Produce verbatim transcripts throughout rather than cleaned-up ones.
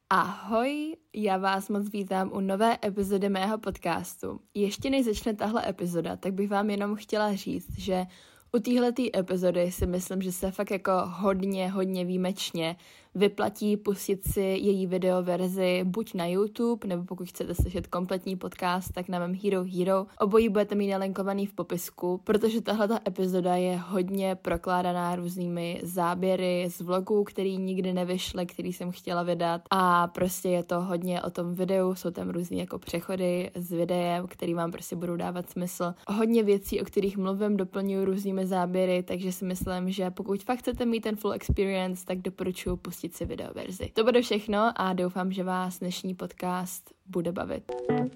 Ahoj, já vás moc vítám u nové epizody mého podcastu. Ještě než začne tahle epizoda, tak bych vám jenom chtěla říct, že u téhletý epizody si myslím, že se fakt jako hodně, hodně výjimečně vyplatí pustit si její videoverzi buď na YouTube, nebo pokud chcete slyšet kompletní podcast, tak na mém Hero Hero. Obojí budete mít nalinkovaný v popisku, protože tahleta epizoda je hodně prokládaná různými záběry z vlogů, který nikdy nevyšly, který jsem chtěla vydat, a prostě je to hodně o tom videu, jsou tam různý jako přechody z videem, který vám prostě budou dávat smysl. Hodně věcí, o kterých mluvím, doplňuji různými záběry, takže si myslím, že pokud fakt chcete mít ten full experience, tak doporučuji pustit si videoverzi. To bude všechno a doufám, že vás dnešní podcast bude bavit.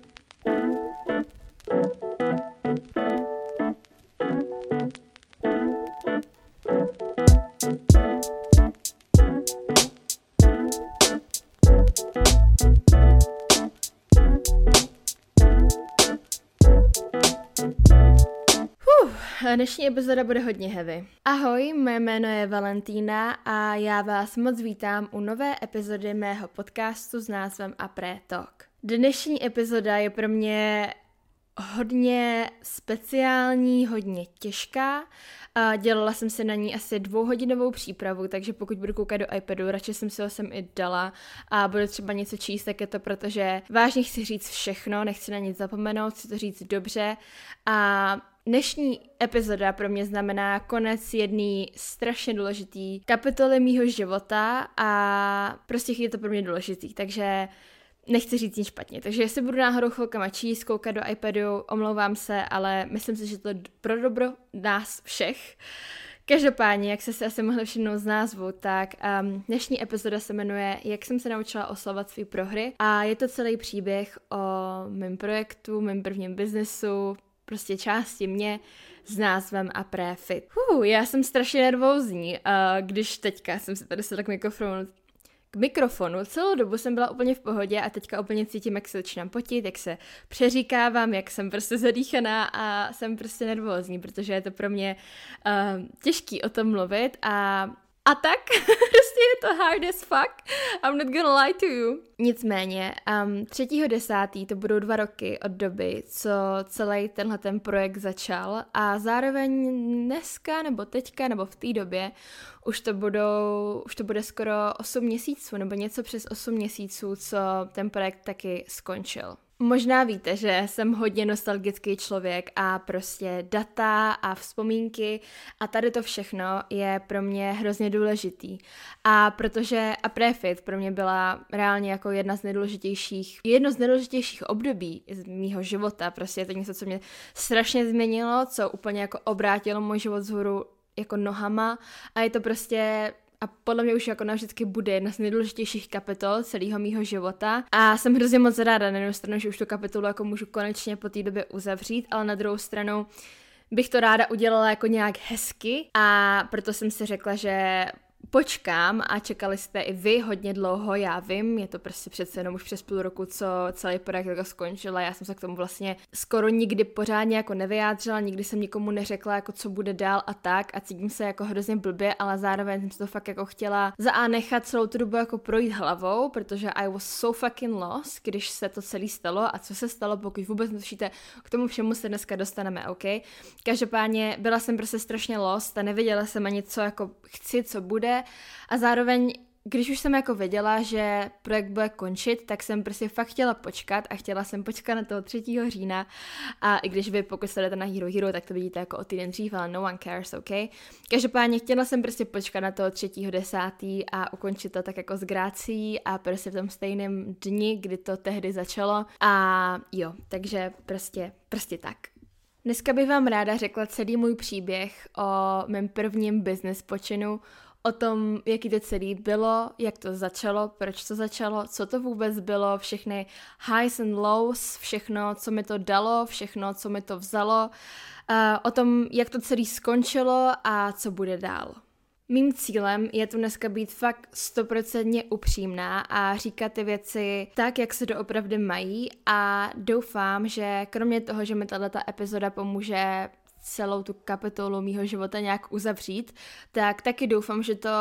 Dnešní epizoda bude hodně heavy. Ahoj, moje jméno je Valentína a já vás moc vítám u nové epizody mého podcastu s názvem Apré Talk. Dnešní epizoda je pro mě hodně speciální, hodně těžká. Dělala jsem si na ní asi dvouhodinovou přípravu, takže pokud budu koukat do iPadu, radši jsem si ho sem i dala a budu třeba něco číst, tak je to proto, že vážně chci říct všechno, nechci na nic zapomenout, chci to říct dobře. A dnešní epizoda pro mě znamená konec jedné strašně důležitý kapitoly mýho života a prostě je to pro mě důležitý, takže nechci říct nic špatně. Takže jestli budu náhodou chvilkama číst, koukat do iPadu, omlouvám se, ale myslím si, že to pro dobro nás všech. Každopádně, jak jste si asi mohli všimnout z názvu, tak um, dnešní epizoda se jmenuje Jak jsem se naučila oslavovat svý prohry a je to celý příběh o mém projektu, mém prvním biznesu, prostě části mě s názvem Apré Fit. Uh, já jsem strašně nervózní, uh, když teďka jsem se tady sedla k mikrofonu, k mikrofonu. Celou dobu jsem byla úplně v pohodě a teďka úplně cítím, jak se začínám potit, jak se přeříkávám, jak jsem prostě zadýchaná a jsem prostě nervózní, protože je to pro mě uh, těžký o tom mluvit a A tak, prostě je to hard as fuck, I'm not gonna lie to you. Nicméně, um, třetího desátého to budou dva roky od doby, co celý tenhle ten projekt začal a zároveň dneska, nebo teďka, nebo v té době už to budou, už to bude skoro osm měsíců, nebo něco přes osm měsíců, co ten projekt taky skončil. Možná víte, že jsem hodně nostalgický člověk a prostě data a vzpomínky a tady to všechno je pro mě hrozně důležitý. A protože Apré Fit pro mě byla reálně jako jedna z nejdůležitějších, jedno z nejdůležitějších období z mýho života. Prostě je to něco, co mě strašně změnilo, co úplně jako obrátilo můj život vzhůru jako nohama a je to prostě... A podle mě už jako navždycky bude jedna z nejdůležitějších kapitol celého mýho života. A jsem hrozně moc ráda na jednu stranu, že už tu kapitolu jako můžu konečně po té době uzavřít, ale na druhou stranu bych to ráda udělala jako nějak hezky a proto jsem si řekla, že počkám a čekali jste i vy hodně dlouho, já vím, je to prostě přece jenom už přes půl roku, co celý projekt jako skončil a já jsem se k tomu vlastně skoro nikdy pořádně jako nevyjádřila, nikdy jsem nikomu neřekla, jako co bude dál a tak a cítím se jako hrozně blbě, ale zároveň jsem si to fakt jako chtěla za A nechat celou tu dobu jako projít hlavou, protože I was so fucking lost, když se to celé stalo a co se stalo, pokud vůbec netušíte, k tomu všemu se dneska dostaneme, ok? Každopádně byla jsem prostě strašně lost a nevěděla jsem ani co jako chci, co bude. A zároveň, když už jsem jako věděla, že projekt bude končit, tak jsem prostě fakt chtěla počkat a chtěla jsem počkat na toho třetího října a i když vy pokud se jdete na Hero Hero, tak to vidíte jako o týden dřív, ale no one cares, ok? Každopádně chtěla jsem prostě počkat na toho třetího desátého a ukončit to tak jako s grácií a prostě v tom stejném dni, kdy to tehdy začalo a jo, takže prostě, prostě tak. Dneska bych vám ráda řekla celý můj příběh o mém prvním business počinu, o tom, jaký to celý bylo, jak to začalo, proč to začalo, co to vůbec bylo, všechny highs and lows, všechno, co mi to dalo, všechno, co mi to vzalo, uh, o tom, jak to celý skončilo a co bude dál. Mým cílem je tu dneska být fakt stoprocentně upřímná a říkat ty věci tak, jak se doopravdy mají a doufám, že kromě toho, že mi tato epizoda pomůže celou tu kapitolu mýho života nějak uzavřít, tak taky doufám, že to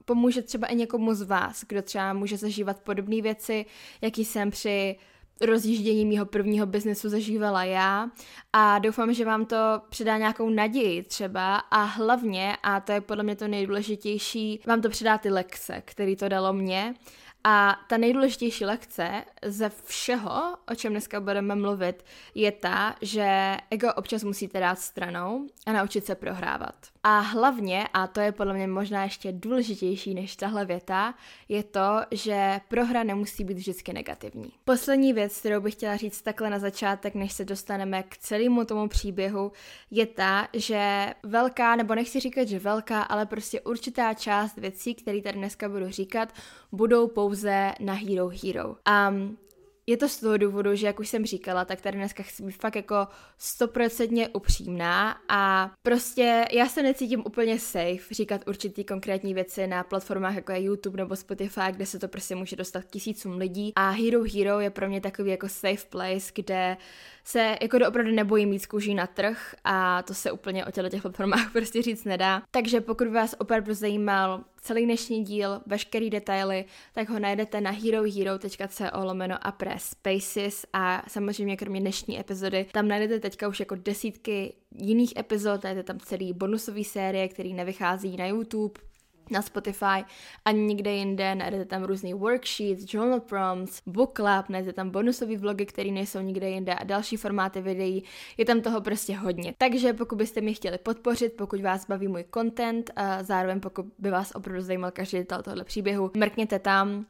pomůže třeba i někomu z vás, kdo třeba může zažívat podobné věci, jaký jsem při rozjíždění mýho prvního biznesu zažívala já a doufám, že vám to přidá nějakou naději třeba a hlavně, a to je podle mě to nejdůležitější, vám to přidá ty lekce, které to dalo mně. A ta nejdůležitější lekce ze všeho, o čem dneska budeme mluvit, je ta, že ego občas musíte dát stranou a naučit se prohrávat. A hlavně, a to je podle mě možná ještě důležitější než tahle věta, je to, že prohra nemusí být vždycky negativní. Poslední věc, kterou bych chtěla říct takhle na začátek, než se dostaneme k celému tomu příběhu, je ta, že velká, nebo nechci říkat, že velká, ale prostě určitá část věcí, které tady dneska budu říkat, budou pouze na Hero Hero. A je to z toho důvodu, že jak už jsem říkala, tak tady dneska chci být fakt jako stoprocentně upřímná a prostě já se necítím úplně safe říkat určitý konkrétní věci na platformách jako je YouTube nebo Spotify, kde se to prostě může dostat k tisícům lidí a Hero Hero je pro mě takový jako safe place, kde se jako opravdu nebojím mít z kůží na trh a to se úplně o těchto těch platformách prostě říct nedá. Takže pokud vás opravdu zajímal celý dnešní díl, veškerý detaily, tak ho najdete na herohero tečka co lomeno apres spaces a samozřejmě kromě dnešní epizody tam najdete teďka už jako desítky jiných epizod, najdete tam celý bonusový série, který nevychází na YouTube, na Spotify ani nikde jinde, najdete tam různý worksheets, journal prompts, book club, najdete tam bonusové vlogy, které nejsou nikde jinde a další formáty videí, je tam toho prostě hodně. Takže pokud byste mě chtěli podpořit, pokud vás baví můj content, a zároveň pokud by vás opravdu zajímal každý detail tohohle příběhu, mrkněte tam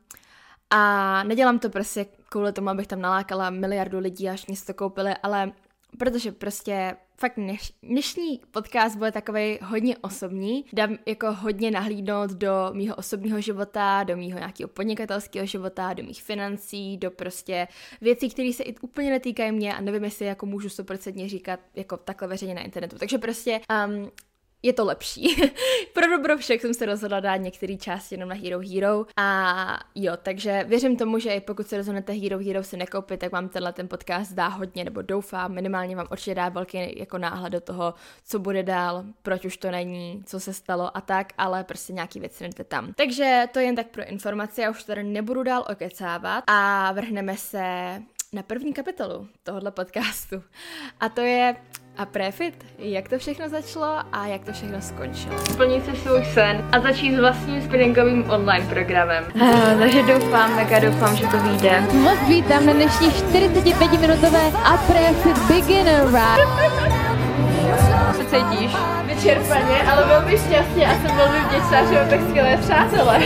a nedělám to prostě kvůli tomu, abych tam nalákala miliardu lidí, až mě si to koupili, ale protože prostě fakt dneš, dnešní podcast bude takovej hodně osobní. Dám jako hodně nahlídnout do mýho osobního života, do mýho nějakého podnikatelského života, do mých financí, do prostě věcí, které se i úplně netýkají mě a nevím, jestli jako můžu sto procent říkat jako takhle veřejně na internetu. Takže prostě um, je to lepší. Pro dobro všech jsem se rozhodla dát některé části jenom na Hero Hero a jo, takže věřím tomu, že i pokud se rozhodnete Hero Hero si nekoupit, tak vám tenhle ten podcast dá hodně, nebo doufám, minimálně vám určitě dá velký jako náhled do toho, co bude dál, proč už to není, co se stalo a tak, ale prostě nějaký věci najdete tam. Takže to jen tak pro informaci, já už tady nebudu dál okecávat a vrhneme se na první kapitolu tohohle podcastu. A to je a prefit, jak to všechno začalo a jak to všechno skončilo. Splnit si svůj sen a začít s vlastním spinningovým online programem. Uh, takže doufám, mega doufám, že to vyjde. Moc vítám na dnešní čtyřicetipětiminutové a prefit beginner ride. Co cítíš? Vyčerpaně, ale velmi šťastně a jsem velmi vděčná, že mám tak skvělé přátelé.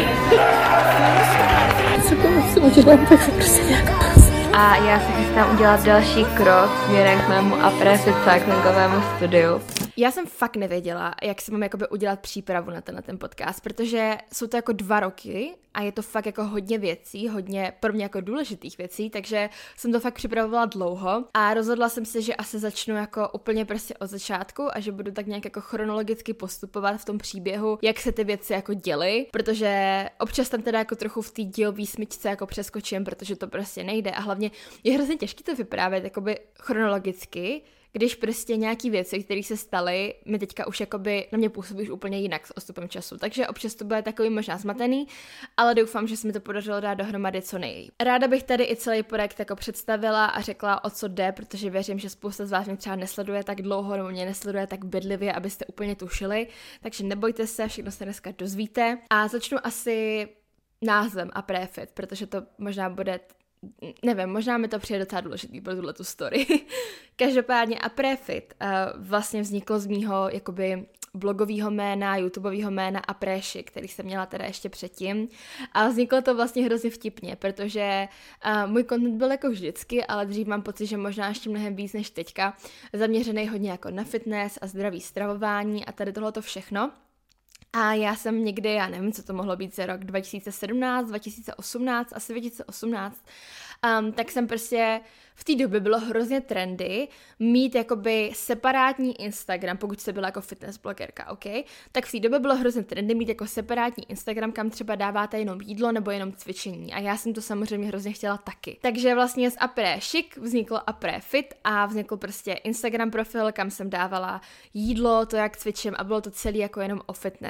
Cokoliv si udělám, tak se prostě nějak a já se chystám udělat další krok směrem k mému Aprefit cyclingovému studiu. Já jsem fakt nevěděla, jak si mám jakoby udělat přípravu na tenhle ten podcast, protože jsou to jako dva roky a je to fakt jako hodně věcí, hodně pro mě jako důležitých věcí, takže jsem to fakt připravovala dlouho a rozhodla jsem se, že asi začnu jako úplně prostě od začátku a že budu tak nějak jako chronologicky postupovat v tom příběhu, jak se ty věci jako děly, protože občas tam teda jako trochu v té dílové smyčce jako přeskočím, protože to prostě nejde a hlavně je hrozně těžké to vyprávět jakoby chronologicky, když prostě nějaký věci, které se staly, mi teďka už jakoby na mě působí už úplně jinak s odstupem času. Takže občas to bude takový možná zmatený, ale doufám, že se mi to podařilo dát dohromady co nejlíp. Ráda bych tady i celý projekt jako představila a řekla, o co jde, protože věřím, že spousta z vás mě třeba nesleduje tak dlouho nebo mě nesleduje tak bedlivě, abyste úplně tušili. Takže nebojte se, všechno se dneska dozvíte. A začnu asi názvem a prefit, protože to možná bude nevím, možná mi to přijde docela důležitý pro tuhletu story. Každopádně a prefit uh, vlastně vzniklo z mýho jakoby blogového jména, YouTubeového jména a Preši, který jsem měla teda ještě předtím. A vzniklo to vlastně hrozně vtipně, protože uh, můj content byl jako vždycky, ale dřív mám pocit, že možná ještě mnohem víc než teďka, zaměřený hodně jako na fitness a zdravý stravování a tady tohleto všechno. A já jsem někdy, já nevím, co to mohlo být za rok dva tisíce sedmnáct, dva tisíce osmnáct, asi dva tisíce osmnáct, um, tak jsem prostě v té době bylo hrozně trendy mít jakoby separátní Instagram, pokud jste byla jako fitness blogerka, ok? Tak v té době bylo hrozně trendy mít jako separátní Instagram, kam třeba dáváte jenom jídlo nebo jenom cvičení. A já jsem to samozřejmě hrozně chtěla taky. Takže vlastně z Apré Chic vzniklo Apré Fit a vznikl prostě Instagram profil, kam jsem dávala jídlo, to jak cvičím a bylo to celý jako jenom o fitness.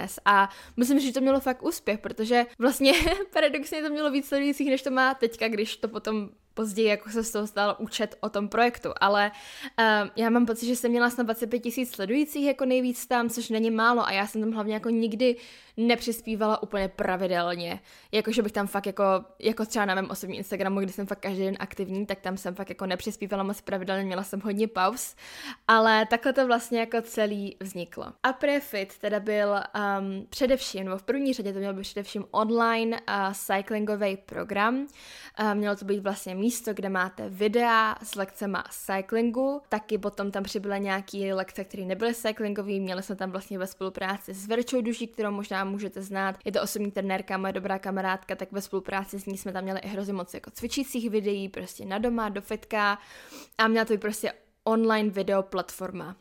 fitness a musím říct, že to mělo fakt úspěch, protože vlastně paradoxně to mělo víc sledujících, než to má teďka, když to potom později jako se z toho stalo účet o tom projektu, ale uh, já mám pocit, že jsem měla snad dvacet pět tisíc sledujících jako nejvíc tam, což není málo a já jsem tam hlavně jako nikdy nepřispívala úplně pravidelně, jakože bych tam fakt jako, jako třeba na mém osobním Instagramu, kde jsem fakt každý den aktivní, tak tam jsem fakt jako nepřispívala moc pravidelně, měla jsem hodně pauz, ale takhle to vlastně jako celý vzniklo. Après Fit teda byl um, především, nebo v první řadě to měl být především online uh, cyclingový program, uh, mělo to být vlastně místo, kde máte videa s lekcema cyclingu, taky potom tam přibyly nějaké lekce, které nebyly cyclingové, měli jsme tam vlastně ve spolupráci s Verčou Duší, kterou možná můžete znát, je to osobní trenérka, moje dobrá kamarádka, tak ve spolupráci s ní jsme tam měli i hrozně moc jako cvičících videí, prostě na doma, do fitka a měla to být prostě online video platforma.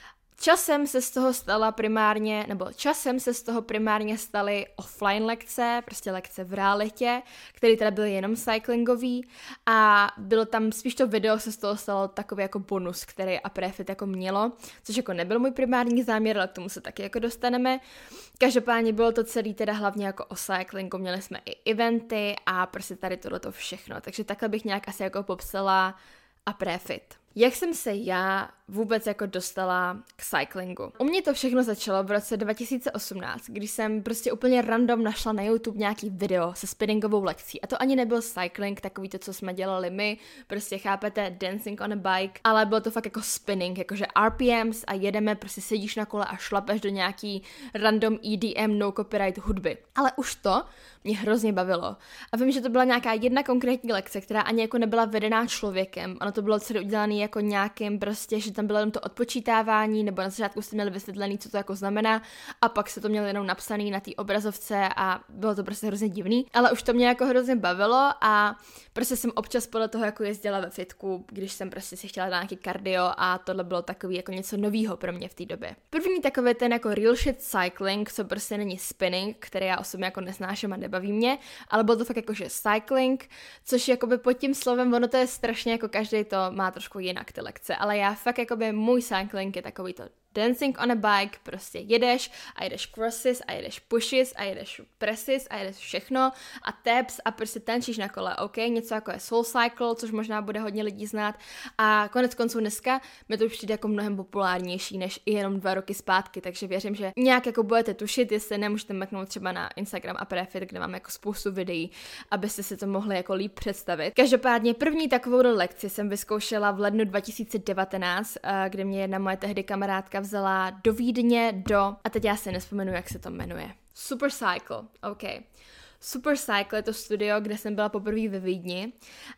Časem se z toho stala primárně, nebo časem se z toho primárně staly offline lekce, prostě lekce v realitě, které teda byly jenom cyclingový a bylo tam spíš to video se z toho stalo takový jako bonus, který Après Fit jako mělo, což jako nebyl můj primární záměr, ale k tomu se taky jako dostaneme. Každopádně bylo to celý teda hlavně jako o cyclingu, měli jsme i eventy a prostě tady tohleto všechno, takže takhle bych nějak asi jako popsala Après Fit. Jak jsem se já vůbec jako dostala k cyclingu? U mě to všechno začalo v roce dva tisíce osmnáct, když jsem prostě úplně random našla na YouTube nějaký video se spinningovou lekcí. A to ani nebyl cycling, takový to, co jsme dělali my, prostě chápete, dancing on a bike, ale bylo to fakt jako spinning, jakože R P Ms a jedeme, prostě sedíš na kole a šlapeš do nějaký random E D M no copyright hudby. Ale už to mě hrozně bavilo. A vím, že to byla nějaká jedna konkrétní lekce, která ani jako nebyla vedená člověkem. Ono to bylo celé udělané jako nějakým prostě, že tam bylo jenom to odpočítávání, nebo na začátku jste měli vysvětlený, co to jako znamená, a pak se to mělo jenom napsaný na té obrazovce a bylo to prostě hrozně divný, ale už to mě jako hrozně bavilo a prostě jsem občas podle toho jako jezdila ve fitku, když jsem prostě si chtěla dát nějaký kardio a tohle bylo takový jako něco novýho pro mě v té době. První takový ten jako real shit cycling, co prostě není spinning, který já osobně jako nesnáším a nebaví mě, ale bylo to fakt jako že cycling, což jakoby pod tím slovem, ono to je strašně jako každý to má trošku jinak ty lekce, ale já fakt jakoby můj cycling je takový to dancing on a bike, prostě jedeš a jedeš crosses a jedeš pushes a jedeš presses a jedeš všechno a taps a prostě tančíš na kole, ok, něco jako je soul cycle, což možná bude hodně lidí znát a konec konců dneska mi to už přijde jako mnohem populárnější než i jenom dva roky zpátky, takže věřím, že nějak jako budete tušit, jestli nemůžete mrknout třeba na Instagram Après Fit, kde mám jako spoustu videí, abyste si to mohli jako líp představit. Každopádně první takovou lekci jsem vyzkoušela v lednu dva tisíce devatenáct, kde mě jedna moje tehdy kamarádka vzala do Vídně do, a teď já si nespomenu, jak se to jmenuje. Super Cycle, ok. Super Cycle je to studio, kde jsem byla poprvé ve Vídni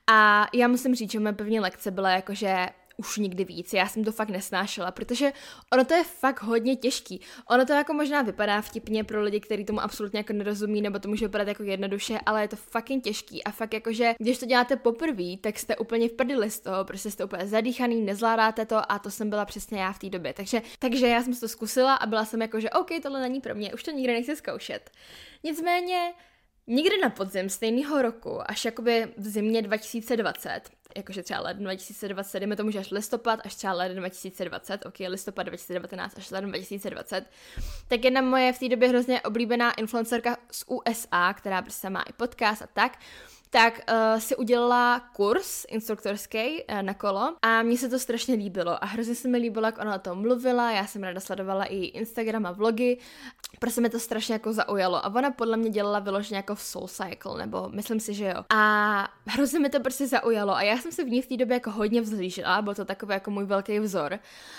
a já musím říct, že moje první lekce byla jakože už nikdy víc. Já jsem to fakt nesnášela, protože ono to je fakt hodně těžký. Ono to jako možná vypadá vtipně pro lidi, kteří tomu absolutně jako nerozumí, nebo to může vypadat jako jednoduše, ale je to fucking těžký a fakt jakože, když to děláte poprvé, tak jste úplně v prdeli z toho, prostě jste úplně zadýchaný, nezvládáte to a to jsem byla přesně já v té době. Takže, takže já jsem to zkusila a byla jsem jako, že OK, tohle není pro mě, už to nikdy nechci zkoušet. Nicméně někdy na podzim stejného roku, až jakoby v zimě dva tisíce dvacet, jakože třeba leden dva tisíce dvacet, dejme tomu, že až listopad, až třeba leden dva tisíce dvacet, ok, listopad dva tisíce devatenáct až leden dva tisíce dvacet, tak jedna moje v té době hrozně oblíbená influencerka z U S A, která prostě má i podcast a tak, tak uh, si udělala kurz instruktorský uh, na kolo a mně se to strašně líbilo a hrozně se mi líbilo, jak ona o tom mluvila, já jsem ráda sledovala i Instagram a vlogy, prostě mi to strašně jako zaujalo a ona podle mě dělala vyloženě jako v Soul Cycle, nebo myslím si, že jo. A hrozně mi to prostě zaujalo a já jsem se v ní v té době jako hodně vzlížila, byl to takový jako můj velký vzor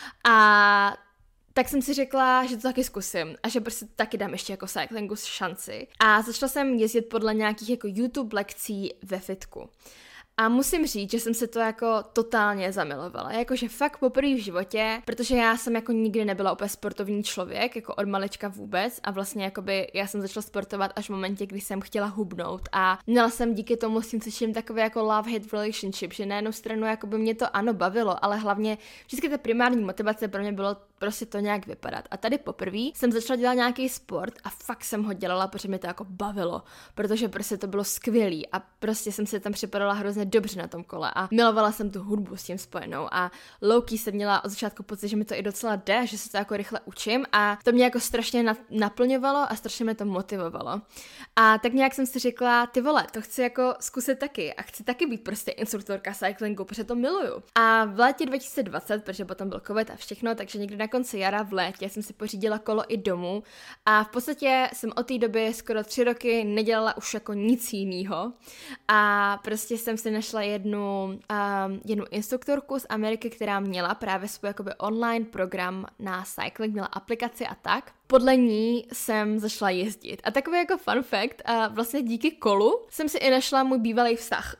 a tak jsem si řekla, že to taky zkusím a že prostě taky dám ještě jako cyclingu šanci. A začala jsem jezdit podle nějakých jako YouTube lekcí ve fitku. A musím říct, že jsem se to jako totálně zamilovala, jakože fakt poprvé v životě, protože já jsem jako nikdy nebyla úplně sportovní člověk, jako od malička vůbec a vlastně jakoby já jsem začala sportovat až v momentě, kdy jsem chtěla hubnout a měla jsem díky tomu s tím cvičením takové jako love-hate relationship, že na jednu stranu jakoby mě to ano bavilo, ale hlavně vždycky ta primární motivace pro mě bylo prostě to nějak vypadat. A tady poprvé jsem začala dělat nějaký sport a fakt jsem ho dělala, protože mi to jako bavilo, protože prostě to bylo skvělý a prostě jsem se tam připadala hrozně dobře na tom kole a milovala jsem tu hudbu s tím spojenou a low-key jsem měla od začátku pocit, že mi to i docela jde, že se to jako rychle učím a to mě jako strašně na- naplňovalo a strašně mě to motivovalo. A tak nějak jsem si řekla, ty vole, to chci jako zkusit taky a chci taky být prostě instruktorka cyclingu, protože to miluju. A v létě dva tisíce dvacet, protože potom byl covid a všechno, takže někdy na konci jara v létě jsem si pořídila kolo i domů a v podstatě jsem od té doby skoro tři roky nedělala už jako nic jinýho a prostě jsem si našla jednu, um, jednu instruktorku z Ameriky, která měla právě svůj jakoby online program na cycling, měla aplikaci a tak. Podle ní jsem začala jezdit. A takový jako fun fact, a vlastně díky kolu jsem si i našla můj bývalý vztah,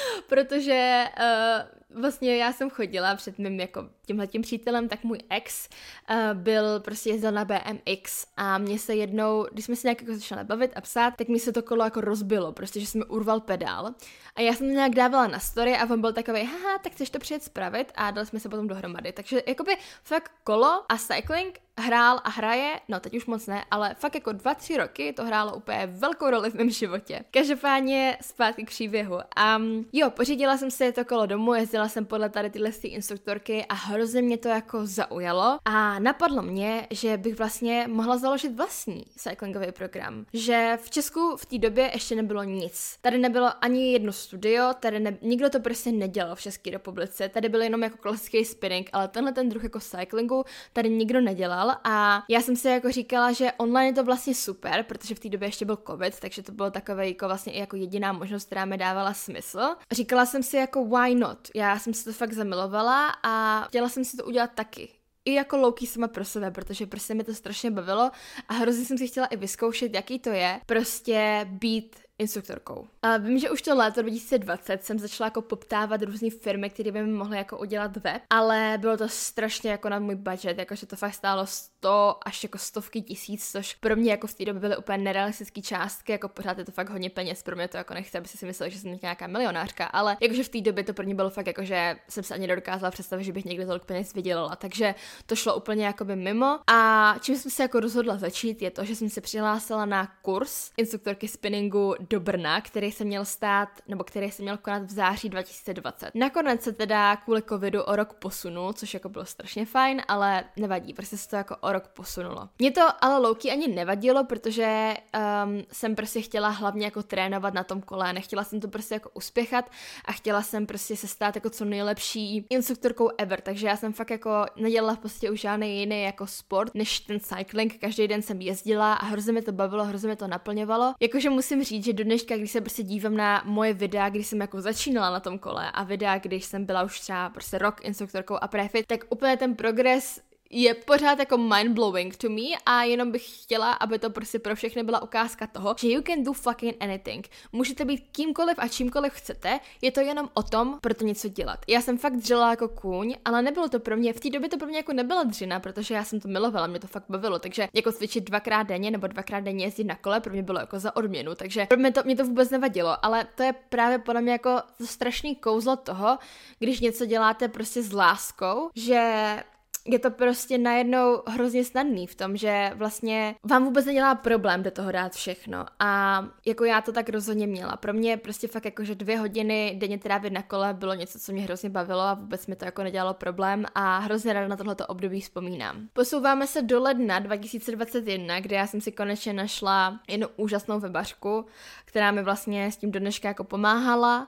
protože uh, vlastně já jsem chodila před mým jako tímhletím přítelem, tak můj ex uh, byl prostě jezdil na B M X a mě se jednou, když jsme se nějak jako začali bavit a psát, tak mi se to kolo jako rozbilo, prostě, že jsem mi urval pedál a já jsem to nějak dávala na story a on byl takový, haha, tak chceš to přijet spravit a dali jsme se potom dohromady. Takže jakoby fakt kolo a cycling hrál a hraje, no teď už moc ne, ale fakt jako dva, tři roky to hrálo úplně velkou roli v mém životě. Každopádně zpátky k příběhu. Um, jo, pořídila jsem si to kolo domů, jezdila jsem podle tady tyhle instruktorky a hrozně mě to jako zaujalo a napadlo mě, že bych vlastně mohla založit vlastní cyclingový program. Že v Česku v té době ještě nebylo nic. Tady nebylo ani jedno studio, tady ne, nikdo to prostě nedělal v České republice, tady byl jenom jako klasický spinning, ale tenhle ten druh jako cyclingu tady nikdo nedělal a já jsem si jako říkala, že online je to vlastně super, protože v té době ještě byl covid, takže to bylo takové jako vlastně i jako jediná možnost, která mi dávala smysl. Říkala jsem si jako why not? Já jsem si to fakt zamilovala a chtěla jsem si to udělat taky. I jako low-key sama pro sebe, protože prostě mi to strašně bavilo a hrozně jsem si chtěla i vyzkoušet, jaký to je prostě být instruktorkou. A vím, že už to léto dva tisíce dvacet jsem začala jako poptávat různé firmy, které by mi mohly jako udělat web, ale bylo to strašně jako na můj budget, jakože to fakt stálo sto až jako stovky tisíc, což pro mě jako v té době byly úplně nerealistické částky, jako pořád je to fakt hodně peněz, pro mě to jako nechci, aby si mysleli, že jsem nějaká milionářka, ale jakože v té době to pro mě bylo fakt jako, že jsem se ani nedokázala představit, že bych někde tolik peněz vydělala, takže to šlo úplně jakoby mimo. A čím jsem se jako rozhodla začít, je to, že jsem se přihlásila na kurz instruktorky spinningu do Brna, který se měl stát, nebo který se měl konat v září dva tisíce dvacet. Nakonec se teda kvůli covidu o rok posunul, což jako bylo strašně fajn, ale nevadí, prostě se to jako o rok posunulo. Mně to ale low-key ani nevadilo, protože um, jsem prostě chtěla hlavně jako trénovat na tom kole, nechtěla jsem to prostě jako uspěchat a chtěla jsem prostě se stát jako co nejlepší instruktorkou ever, takže já jsem fakt jako nedělala v podstatě už žádný jiný jako sport, než ten cycling, každý den jsem jezdila a hrozně mi to bavilo, hrozně mi to naplňovalo. Jakože musím říct, že do dneška, když se prostě dívám na moje videa, když jsem jako začínala na tom kole a videa, když jsem byla už třeba prostě rok instruktorkou a prefit, tak úplně ten progres je pořád jako mind-blowing to me a jenom bych chtěla, aby to prostě pro všechny byla ukázka toho, že you can do fucking anything. Můžete být kýmkoliv a čímkoliv chcete, je to jenom o tom, pro to něco dělat. Já jsem fakt dřela jako kůň, ale nebylo to pro mě, v té době to pro mě jako nebyla dřina, protože já jsem to milovala, mě to fakt bavilo, takže jako cvičit dvakrát denně nebo dvakrát denně jezdit na kole pro mě bylo jako za odměnu, takže pro mě to, mě to vůbec nevadilo, ale to je právě podle mě jako to strašný kouzlo toho, když něco děláte prostě s láskou, že je to prostě najednou hrozně snadný v tom, že vlastně vám vůbec nedělá problém do toho dát všechno a jako já to tak rozhodně měla. Pro mě prostě fakt jako, že dvě hodiny denně trávit na kole bylo něco, co mě hrozně bavilo a vůbec mi to jako nedělalo problém a hrozně ráda na tohleto období vzpomínám. Posouváme se do ledna dva tisíce dvacet jedna, kde já jsem si konečně našla jednu úžasnou webařku, která mi vlastně s tím do dneška jako pomáhala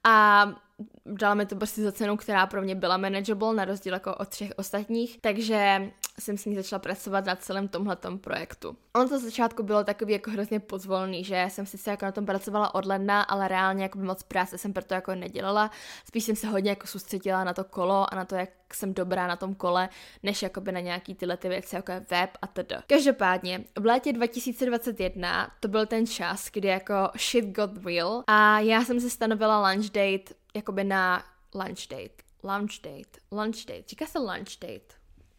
a dala mi to prostě za cenu, která pro mě byla manageable, na rozdíl jako od třech ostatních, takže jsem s ní začala pracovat na celém tomhletom projektu. Ono to z začátku bylo takový jako hrozně pozvolný, že jsem sice jako na tom pracovala od ledna, ale reálně jako moc práce jsem proto jako nedělala, spíš jsem se hodně jako soustředila na to kolo a na to, jak jsem dobrá na tom kole, než jakoby na nějaký tyhle ty věci, jako je web a td. Každopádně, v létě dva tisíce dvacet jedna to byl ten čas, kdy jako shit got real a já jsem si stanovila lunch date jakoby na lunch date. Lunch date. Lunch date. Říká se lunch date.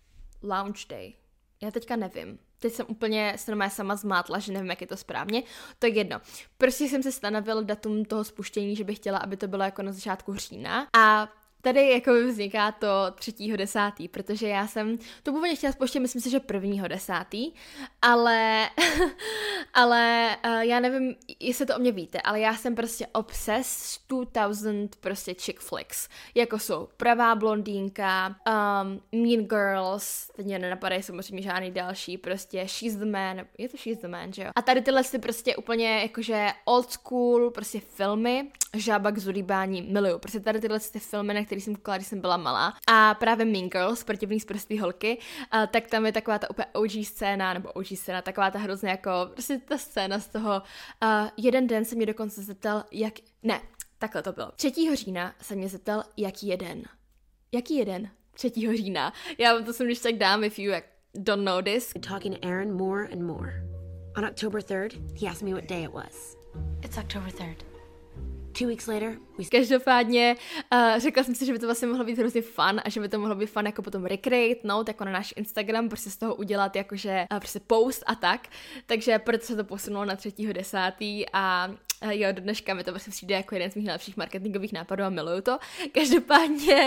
Launch day. Já teďka nevím. Teď jsem úplně se normálně sama zmátla, že nevím, jak je to správně. To je jedno. Prostě jsem se stanovila datum toho spuštění, že bych chtěla, aby to bylo jako na začátku října. A tady jako vzniká to třetího desátý, protože já jsem to původně chtěla spouštět, myslím si, že prvního desátý, ale, ale uh, já nevím, jestli to o mě víte, ale já jsem prostě obses s two thousand prostě chick flicks, jako jsou Pravá blondýnka, um, Mean Girls, teď mě nenapadají samozřejmě žádný další, prostě She's the Man, je to She's the Man, že jo? A tady tyhle ty prostě úplně jakože old school prostě filmy, Žába k zulíbání miluju, prostě tady tyhle ty filmy, na který jsem koukala, když jsem byla malá. A právě Mean Girls, Protivný z prostý holky, a tak tam je taková ta úplně O G scéna, nebo O G scéna, taková ta hrozně jako, prostě ta scéna z toho. Uh, jeden den se mě dokonce zeptal, jak, ne, takhle to bylo. třetího října se mě zeptal, jaký jeden. Jaký jeden? třetího října. Já vám to jsem když tak dám, if you like, don't know this. Talking to Aaron more and more. On October third, he asked me what day it was. It's October third. Two weeks later, we... Každopádně uh, řekla jsem si, že by to vlastně mohlo být hrozně fun a že by to mohlo být fun jako potom recreate, jako na náš Instagram, prostě z toho udělat jakože uh, prostě post a tak. Takže proto se to posunulo na třetího desátý a uh, jo, do dneška mi to vlastně přijde jako jeden z mých nejlepších marketingových nápadů a miluju to. Každopádně,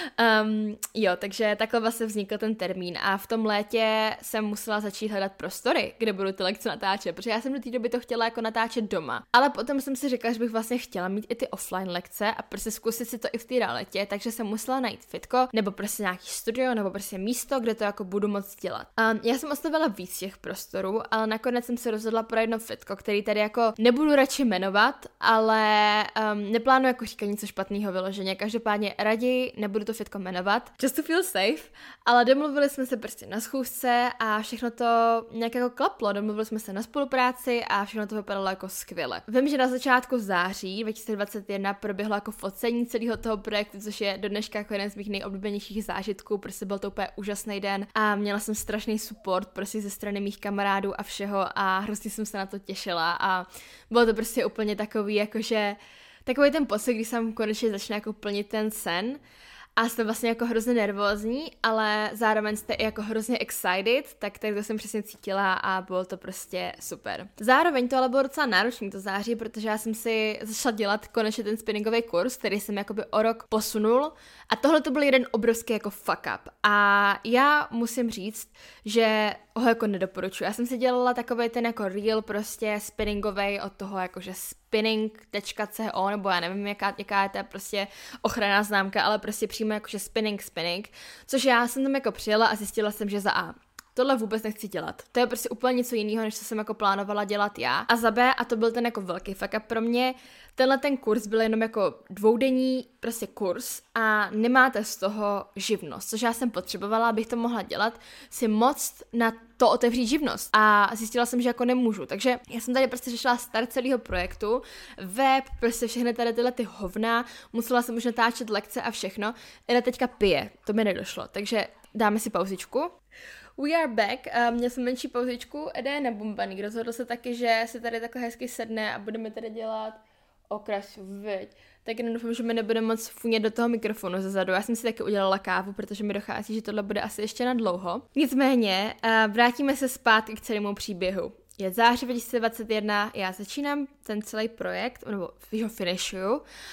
um, jo, takže takhle vlastně vznikl ten termín a v tom létě jsem musela začít hledat prostory, kde budu ty lekce natáčet, protože já jsem do té doby to chtěla jako natáčet doma. Ale potom jsem si řekla, že bych vlastně chtěla mít i ty offline lekce a prostě zkusit si to i v té realitě, takže jsem musela najít fitko, nebo prostě nějaký studio, nebo prostě místo, kde to jako budu moct dělat. Um, já jsem oslovila víc těch prostorů, ale nakonec jsem se rozhodla pro jedno fitko, který tady jako nebudu radši jmenovat, ale um, neplánuji jako říkat něco špatného vyloženě. Každopádně raději nebudu to fitko jmenovat, just to feel safe, ale domluvili jsme se prostě na schůzce a všechno to nějak jako klaplo, domluvili jsme se na spolupráci a všechno to vypadalo jako skvěle. Vím, že na začátku září dva tisíce dvacet jedna proběhlo jako focení celého toho projektu, což je do dneška jako jeden z mých nejoblíbenějších zážitků, prostě byl to úplně úžasný den a měla jsem strašný support prostě ze strany mých kamarádů a všeho a hrozně jsem se na to těšila a bylo to prostě úplně takový jakože takový ten pocit, kdy jsem konečně začne jako plnit ten sen. A jste vlastně jako hrozně nervózní, ale zároveň jste i jako hrozně excited, tak tak to jsem přesně cítila a bylo to prostě super. Zároveň to ale bylo docela náročný to září, protože já jsem si začala dělat konečně ten spinningový kurz, který jsem jakoby o rok posunul a tohle to byl jeden obrovský jako fuck up. A já musím říct, že ho jako nedoporučuji. Já jsem si dělala takovej ten jako reel prostě spinningovej od toho jakože spinning tečka co nebo já nevím, jaká, jaká je to prostě ochranná známka, ale prostě přímo jakože spinning spinning, což já jsem tam jako přijela a zjistila jsem, že za A tohle vůbec nechci dělat. To je prostě úplně něco jiného, než co jsem jako plánovala dělat já. A za B, a to byl ten jako velký fuck up pro mě, tenhle ten kurz byl jenom jako dvoudenní prostě kurz a nemáte z toho živnost, což já jsem potřebovala, abych to mohla dělat, si moc na to otevřít živnost. A zjistila jsem, že jako nemůžu. Takže já jsem tady prostě řešila start celého projektu, web, prostě všechny tady tyhle ty hovna, musela jsem už natáčet lekce a všechno. Eda teďka pije, to mi nedošlo, takže dáme si pauzičku. We are back. Uh, měl jsem menší pauzičku, Eda je nabombaný. Rozhodl se taky, že se tady takhle hezky sedne a budeme tady dělat okrasu, viď. Tak jenom doufám, že mi nebude moc funět do toho mikrofonu zezadu. Já jsem si taky udělala kávu, protože mi dochází, že tohle bude asi ještě na dlouho. Nicméně, uh, vrátíme se zpátky k celému příběhu. Je září dva tisíce dvacet jedna, já začínám ten celý projekt, nebo ho finishuju.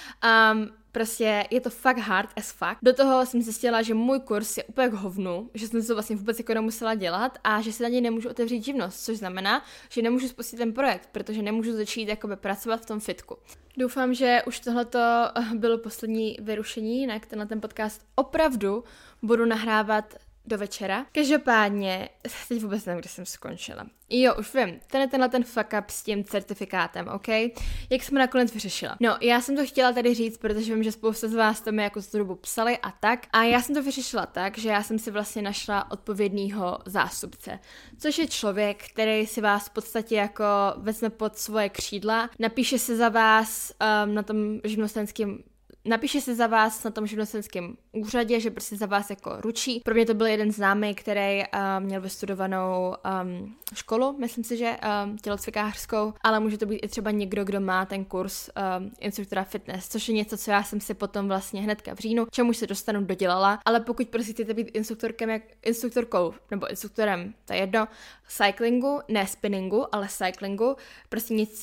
Um, Prostě je to fakt hard as fuck. Do toho jsem zjistila, že můj kurz je úplně k hovnu, že jsem to vlastně vůbec jako nemusela dělat a že si na něj nemůžu otevřít živnost, což znamená, že nemůžu spustit ten projekt, protože nemůžu začít jakoby pracovat v tom fitku. Doufám, že už tohleto bylo poslední vyrušení, jinak tenhle ten podcast opravdu budu nahrávat do večera. Každopádně, teď vůbec nevím, kde jsem skončila. Jo, už vím, ten je tenhle ten fuck up s tím certifikátem, ok? Jak jsme nakonec vyřešila? No, já jsem to chtěla tady říct, protože vím, že spousta z vás to mi jako zhrubu psali a tak. A já jsem to vyřešila tak, že já jsem si vlastně našla odpovědného zástupce, což je člověk, který si vás v podstatě jako vezme pod svoje křídla, napíše se za vás um, na tom živnostenském Napíše si za vás na tom živnostenském úřadě, že prostě za vás jako ručí. Pro mě to byl jeden známý, který uh, měl vystudovanou um, školu, myslím si, že um, tělocvikářskou, ale může to být i třeba někdo, kdo má ten kurz um, instruktora fitness, což je něco, co já jsem si potom vlastně hnedka v říjnu, čemu se dostanu, dodělala, ale pokud prostě chcete být instruktorkem, jak, instruktorkou nebo instruktorem, to je jedno, cyclingu, ne spinningu, ale cyclingu, prostě něco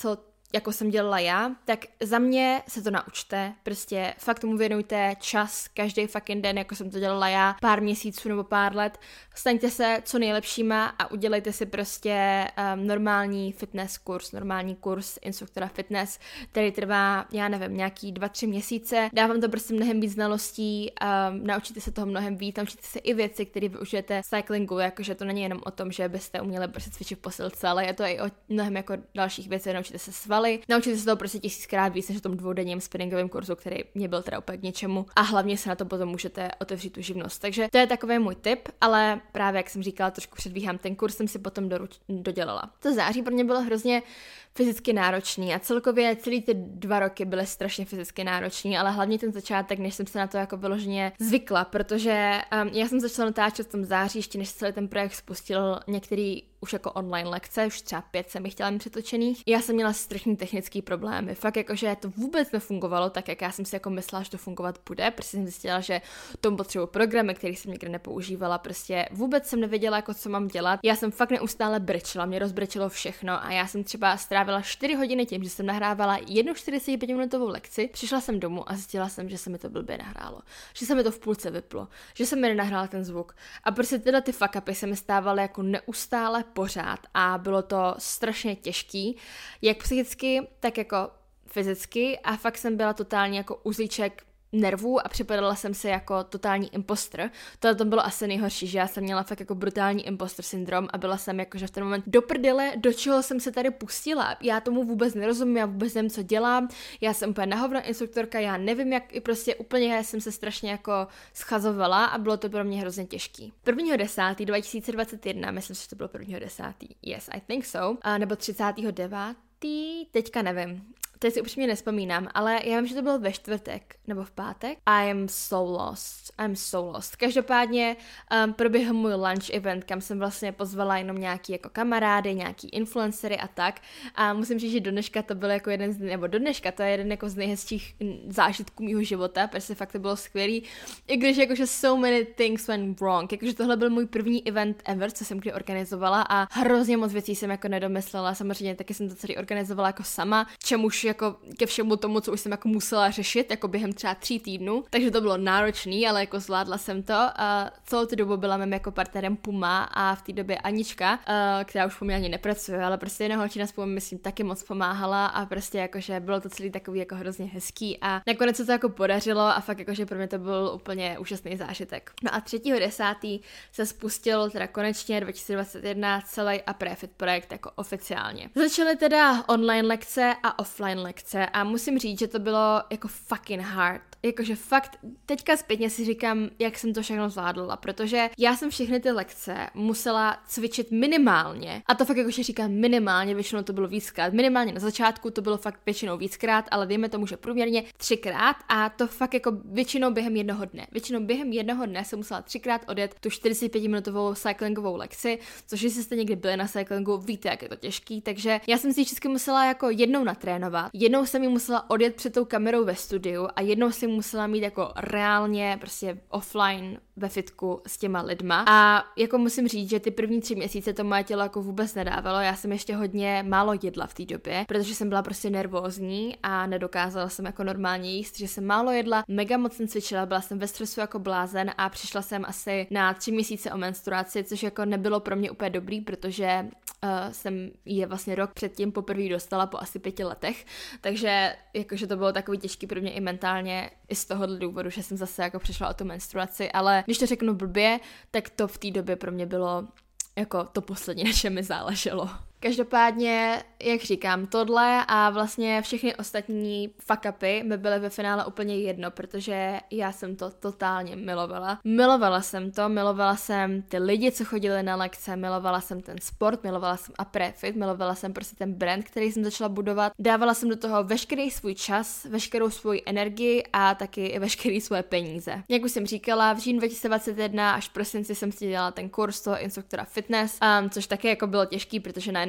jako jsem dělala já, tak za mě se to naučte, prostě fakt tomu věnujte čas, každý fucking den, jako jsem to dělala já, pár měsíců nebo pár let, staňte se co nejlepšíma a udělejte si prostě um, normální fitness kurz, normální kurz instruktora fitness, který trvá, já nevím, nějaký dva, tři měsíce, dávám to prostě mnohem víc znalostí, um, naučíte se toho mnohem víc, naučíte se i věci, které využijete v cyclingu, jakože to není jenom o tom, že byste uměli prostě cvičit v posilce, ale je to i o mnohem jako dalších věcí, naučíte se svaly, naučíte se toho prostě tisíckrát víc než v tom dvoudenním spinningovém kurzu, který mě byl teda úplně k něčemu a hlavně se na to potom můžete otevřít tu živnost. Takže to je takový můj tip, ale právě jak jsem říkala, trošku předbíhám, ten kurz jsem si potom doruč- dodělala. To září pro mě bylo hrozně fyzicky náročný a celkově celý ty dva roky byly strašně fyzicky náročný, ale hlavně ten začátek, než jsem se na to jako vyloženě zvykla, protože um, já jsem začala natáčet v tom září, ještě než celý ten projekt spustil některý už jako online lekce, už třeba pět jsem jich chtěla mít přetočených. Já jsem měla strašný technický problémy, fakt jakože to vůbec nefungovalo tak, jak já jsem si jako myslela, že to fungovat bude, protože jsem zjistila, že tomu potřebuji programy, který jsem nikdy nepoužívala, prostě vůbec jsem nevěděla, jako co mám dělat. Já jsem fakt neustále brečela, mě rozbrečelo všechno a já jsem třeba strávila čtyři hodiny tím, že jsem nahrávala jednu čtyřicetipětiminutovou lekci, přišla jsem domů a zjistila jsem, že se mi to blbě nahrálo, že se mi to v půlce vyplo, že se mi nenahrál ten zvuk a prostě tyhle ty fuck upy se mi stávaly jako neustále pořád a bylo to strašně těžký, jak psychicky, tak jako fyzicky a fakt jsem byla totálně jako uzlíček nervů a připadala jsem se jako totální imposter. To tam bylo asi nejhorší, že já jsem měla fakt jako brutální imposter syndrom a byla jsem jakože v ten moment do prdele, do čeho jsem se tady pustila. Já tomu vůbec nerozumím, já vůbec nevím, co dělám. Já jsem úplně nahovna instruktorka, já nevím, jak i prostě úplně jsem se strašně jako schazovala a bylo to pro mě hrozně těžký. prvního desátého dva tisíce dvacet jedna, myslím, že to bylo prvního desátého Yes, I think so. A nebo třicátého devátého teďka nevím. Teď si upřímně nespomínám, ale já vím, že to bylo ve čtvrtek nebo v pátek. I am so lost. I'm so lost. Každopádně um, proběhl můj lunch event, kam jsem vlastně pozvala jenom nějaký jako kamarády, nějaký influencery a tak. A musím říct, že do dneška to byl jako jeden z, nebo do dneška to je jeden jako z nejhezčích zážitků mýho života, protože fakt to bylo skvělý. I když jakože so many things went wrong. Jakože tohle byl můj první event ever, co jsem kdy organizovala a hrozně moc věcí jsem jako nedomyslela. Samozřejmě taky jsem to celý organizovala jako sama, čemuž jako ke všemu tomu, co už jsem jako musela řešit, jako během třeba tří týdnů, takže to bylo náročný, ale jako zvládla jsem to. A celou tu dobu byla mým jako partnerem Puma a v té době Anička, která už poměrně nepracuje, ale prostě jedna holčina spolu myslím taky moc pomáhala a prostě jakože bylo to celý takový jako hrozně hezký a nakonec se to jako podařilo a fakt jakože pro mě to byl úplně úžasný zážitek. No a třetího desátého se spustil teda konečně dva tisíce dvacet jedna celý a Prefit projekt jako oficiálně. Začaly teda online lekce a offline lekce a musím říct, že to bylo jako fucking hard. Jakože fakt, teďka zpětně si říkám, jak jsem to všechno zvládla, protože já jsem všechny ty lekce musela cvičit minimálně. A to fakt jakože říkám minimálně, většinou to bylo víckrát. Minimálně na začátku to bylo fakt většinou víckrát, ale dejme tomu, že průměrně třikrát a to fakt jako většinou během jednoho dne. Většinou během jednoho dne jsem musela třikrát odjet tu čtyřicetipětiminutovou cyclingovou lekci, což jestli jste někdy byli na cyclingu, víte, jak je to těžký, takže já jsem si vždycky musela jako jednou natrénovat, jednou jsem ji musela odjet před tou kamerou ve studiu a jednou jsem musela mít jako reálně prostě offline ve fitku s těma lidma a jako musím říct, že ty první tři měsíce to moje tělo jako vůbec nedávalo, já jsem ještě hodně málo jedla v té době, protože jsem byla prostě nervózní a nedokázala jsem jako normálně jíst, že jsem málo jedla, mega moc jsem cvičila, byla jsem ve stresu jako blázen a přišla jsem asi na tři měsíce o menstruaci, což jako nebylo pro mě úplně dobrý, protože Uh, jsem je vlastně rok předtím poprvé dostala po asi pěti letech, takže jakože to bylo takový těžký pro mě i mentálně i z tohohle důvodu, že jsem zase jako přišla o tu menstruaci, ale když to řeknu blbě, tak to v té době pro mě bylo jako to poslední, na čem mi záleželo. Každopádně, jak říkám, tohle a vlastně všechny ostatní fuck upy mi byly ve finále úplně jedno, protože já jsem to totálně milovala. Milovala jsem to, milovala jsem ty lidi, co chodili na lekce, milovala jsem ten sport, milovala jsem a Prefit, milovala jsem prostě ten brand, který jsem začala budovat. Dávala jsem do toho veškerý svůj čas, veškerou svou energii a taky i veškerý svoje peníze. Jak už jsem říkala, v říjnu dva tisíce dvacet jedna až v prosinci jsem si dělala ten kurz toho instruktora fitness, um, což taky jako bylo těžký, protože najednou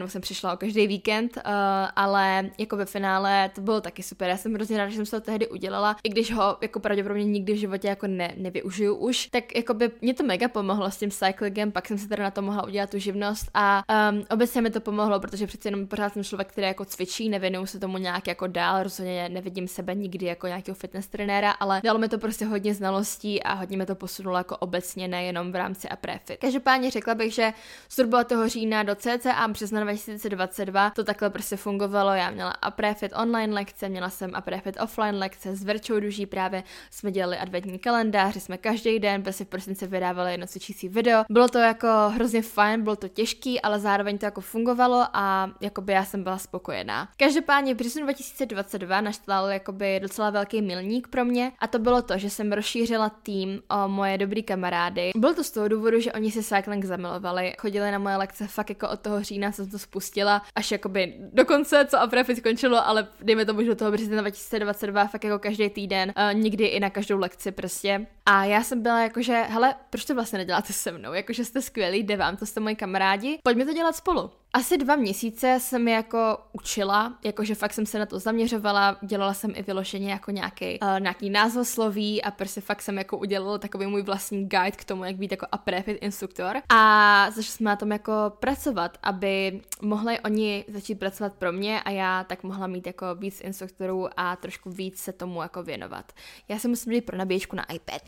najednou jsem přišla o každý víkend, uh, ale jako ve finále to bylo taky super. Já jsem hrozně ráda, že jsem to tehdy udělala, i když ho jako pravděpodobně nikdy v životě jako ne, nevyužiju už, tak jako by mě to mega pomohlo s tím cyclingem, pak jsem se teda na to mohla udělat tu živnost a um, obecně mi to pomohlo, protože přece jenom pořád jsem člověk, který jako cvičí, nevěnuju se tomu nějak jako dál, rozhodně nevidím sebe nikdy jako nějakého fitness trenéra, ale dalo mi to prostě hodně znalostí a hodně mi to posunulo jako obecně, nejenom v rámci a prefit. Každopádně řekla bych, že zhruba toho října do cca března dva tisíce dvacet dva to takhle prostě fungovalo. Já měla a prefit online lekce, měla jsem a prefit offline lekce s Verčou Duží, právě jsme dělali adventní kalendář, jsme každý den prostě v prosinci vydávali jedno cvičící video. Bylo to jako hrozně fajn, bylo to těžký, ale zároveň to jako fungovalo a jakoby já jsem byla spokojená. Každopádně v březnu dva tisíce dvacet dva nastal jakoby docela velký milník pro mě a to bylo to, že jsem rozšířila tým o moje dobrý kamarády. Bylo to z toho důvodu, že oni si cycling zamilovali, chodili na moje lekce fakt jako od toho října jsem to spustila až jakoby do konce, co a prefit skončilo, ale dejme tomu, že do toho března dva tisíce dvacet dva fakt jako každý týden, uh, někdy i na každou lekci prostě. A já jsem byla jakože, hele, proč to vlastně neděláte se mnou? Jakože jste skvělí, jde vám, to jste moji kamarádi, pojďme to dělat spolu. Asi dva měsíce jsem jako učila, jakože fakt jsem se na to zaměřovala, dělala jsem i vyloženě jako nějaký, uh, nějaký názvosloví a prostě fakt jsem jako udělala takový můj vlastní guide k tomu, jak být jako a prefit instruktor a začali jsme na tom jako pracovat, aby mohli oni začít pracovat pro mě a já tak mohla mít jako víc instruktorů a trošku víc se tomu jako věnovat. Já si musím jít pro nabíječku na iPad.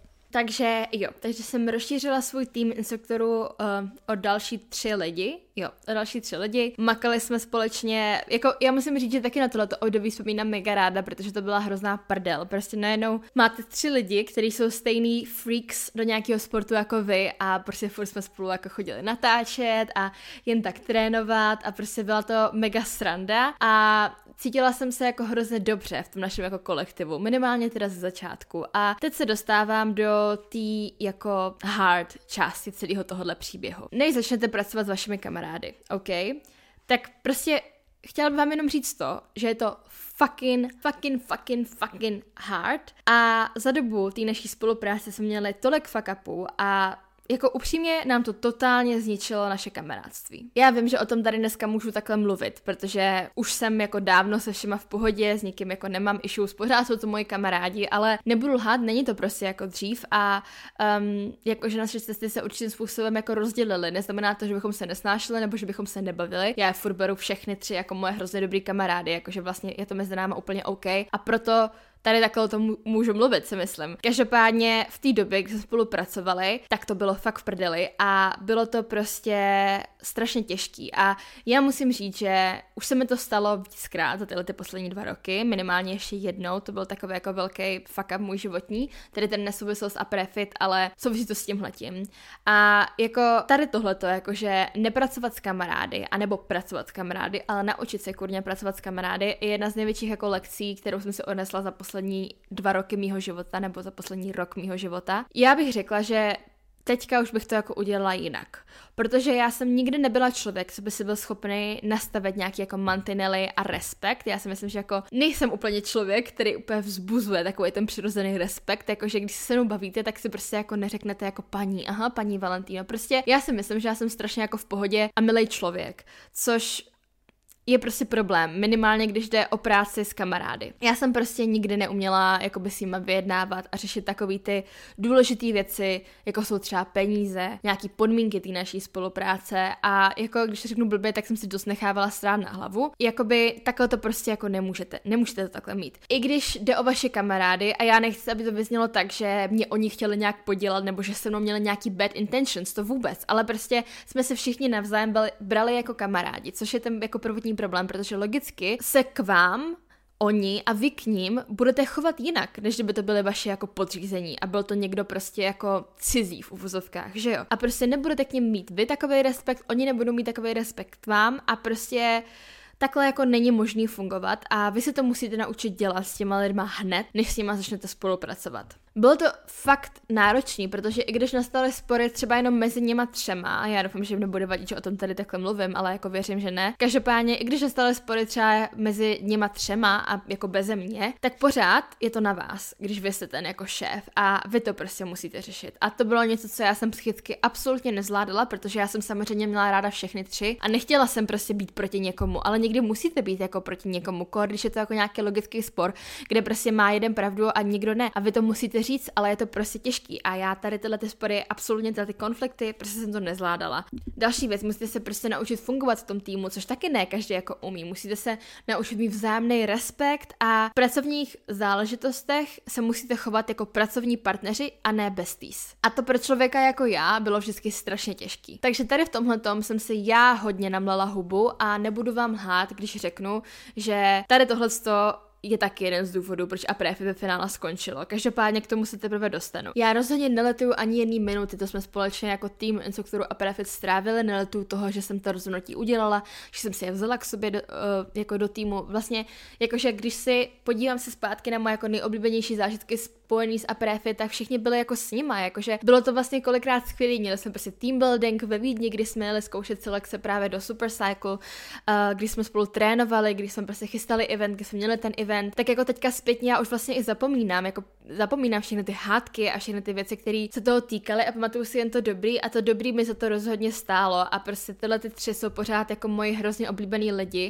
Takže jo, takže jsem rozšířila svůj tým instruktorů uh, o další tři lidi, jo, o další tři lidi, makali jsme společně, jako já musím říct, že taky na tohleto období vzpomínám mega ráda, protože to byla hrozná prdel, prostě najednou máte tři lidi, kteří jsou stejný freaks do nějakého sportu jako vy a prostě furt jsme spolu jako chodili natáčet a jen tak trénovat a prostě byla to mega sranda a cítila jsem se jako hrozně dobře v tom našem jako kolektivu, minimálně teda ze začátku a teď se dostávám do té jako hard části celého tohohle příběhu. Než začnete pracovat s vašimi kamarády, OK? Tak prostě chtěla bych vám jenom říct to, že je to fucking, fucking, fucking, fucking hard a za dobu té naší spolupráce jsme měli tolik fuck upů a jako upřímně nám to totálně zničilo naše kamarádství. Já vím, že o tom tady dneska můžu takhle mluvit, protože už jsem jako dávno se všema v pohodě, s nikým jako nemám issues, pořád jsou to moji kamarádi, ale nebudu lhát, není to prostě jako dřív a um, jakože naše cesty se určitým způsobem jako rozdělily. Neznamená to, že bychom se nesnášeli nebo že bychom se nebavili. Já furt beru všechny tři jako moje hrozně dobrý kamarády, jakože vlastně je to mezi náma úplně OK a proto tady takhle o tom můžu mluvit, si myslím. Každopádně v té době, kdy jsme spolupracovali, tak to bylo fakt v prdeli a bylo to prostě strašně těžký. A já musím říct, že už se mi to stalo víckrát za tyhle ty poslední dva roky, minimálně ještě jednou, to byl takový jako velký fuck up můj životní, tedy ten nesouvisel s aprefit, ale souvisí to s tímhletím. A jako tady tohleto, jakože nepracovat s kamarády, anebo pracovat s kamarády, ale naučit se kurně pracovat s kamarády je jedna z největších jako lekcí, kterou jsem si odnesla za poslední dva roky mýho života nebo za poslední rok mýho života. Já bych řekla, že teďka už bych to jako udělala jinak. Protože já jsem nikdy nebyla člověk, co by si byl schopný nastavit nějaký jako mantinely a respekt. Já si myslím, že jako nejsem úplně člověk, který úplně vzbuzuje takový ten přirozený respekt, jakože když se mnou bavíte, tak si prostě jako neřeknete jako paní, aha, paní Valentino. Prostě já si myslím, že já jsem strašně jako v pohodě a milej člověk, což je prostě problém, minimálně když jde o práci s kamarády. Já jsem prostě nikdy neuměla jakoby s nima vyjednávat a řešit takový ty důležité věci, jako jsou třeba peníze, nějaký podmínky té naší spolupráce a jako když řeknu blbě, tak jsem si dost nechávala strát na hlavu. Jakoby takhle to prostě jako nemůžete, nemůžete to takhle mít. I když jde o vaše kamarády a já nechci, aby to vyznělo tak, že mě oni chtěli nějak podělat nebo že se mnou měli nějaký bad intentions, to vůbec, ale prostě jsme se všichni navzájem brali, brali jako kamarádi, což je ten jako prvotní problém, protože logicky se k vám oni a vy k ním budete chovat jinak, než kdyby to byly vaše jako podřízení a byl to někdo prostě jako cizí v uvozovkách, že jo? A prostě nebudete k ním mít vy takový respekt, oni nebudou mít takový respekt k vám a prostě takhle jako není možný fungovat a vy si to musíte naučit dělat s těma lidma hned, než s nima začnete spolupracovat. bylo to fakt náročný, protože i když nastaly spory třeba jenom mezi něma třema, a já doufám, že jim nebude vadit, že o tom tady takhle mluvím, ale jako věřím, že ne. Každopádně, i když nastaly spory třeba mezi něma třema a jako beze mě, tak pořád je to na vás, když vy jste ten jako šéf a vy to prostě musíte řešit. A to bylo něco, co já jsem psychicky absolutně nezvládala, protože já jsem samozřejmě měla ráda všechny tři a nechtěla jsem prostě být proti někomu, ale někdy musíte být jako proti někomu, když je to jako nějaký logický spor, kde prostě má jeden pravdu a nikdo ne. A vy to musíte říct, ale je to prostě těžký. A já tady tyhle ty spory, absolutně tyhle ty konflikty, prostě jsem to nezvládala. Další věc, musíte se prostě naučit fungovat v tom týmu, což taky ne každý jako umí. Musíte se naučit mít vzájemný respekt a v pracovních záležitostech se musíte chovat jako pracovní partneři a ne besties. A to pro člověka jako já bylo vždycky strašně těžký. Takže tady v tomhletom jsem si já hodně namlela hubu a nebudu vám lhát, když řeknu, že tady tohleto je taky jeden z důvodů, proč Apréfit ve finále skončilo. Každopádně k tomu se teprve dostanu. Já rozhodně neletuju ani jedný minuty, to jsme společně jako tým instruktorů Apréfit strávili, neletuju toho, že jsem to rozhodnutí udělala, že jsem si je vzala k sobě do, uh, jako do týmu. Vlastně, jakože když si podívám se zpátky na moje jako nejoblíbenější zážitky spojený s Apréfit, tak všichni byli jako s nima, jakože bylo to vlastně kolikrát skvělý. Měli jsme prostě team building ve Vídni, kdy jsme jeli zkoušet selekce právě do Supercycle, uh, kdy jsme spolu trénovali, kdy jsme prostě chystali event, kdy jsme měli ten event. Tak jako teďka zpětně já už vlastně i zapomínám, jako zapomínám všechny ty hádky a všechny ty věci, které se toho týkaly a pamatuju si jen to dobrý a to dobrý mi za to rozhodně stálo a prostě tyhle ty tři jsou pořád jako moji hrozně oblíbený lidi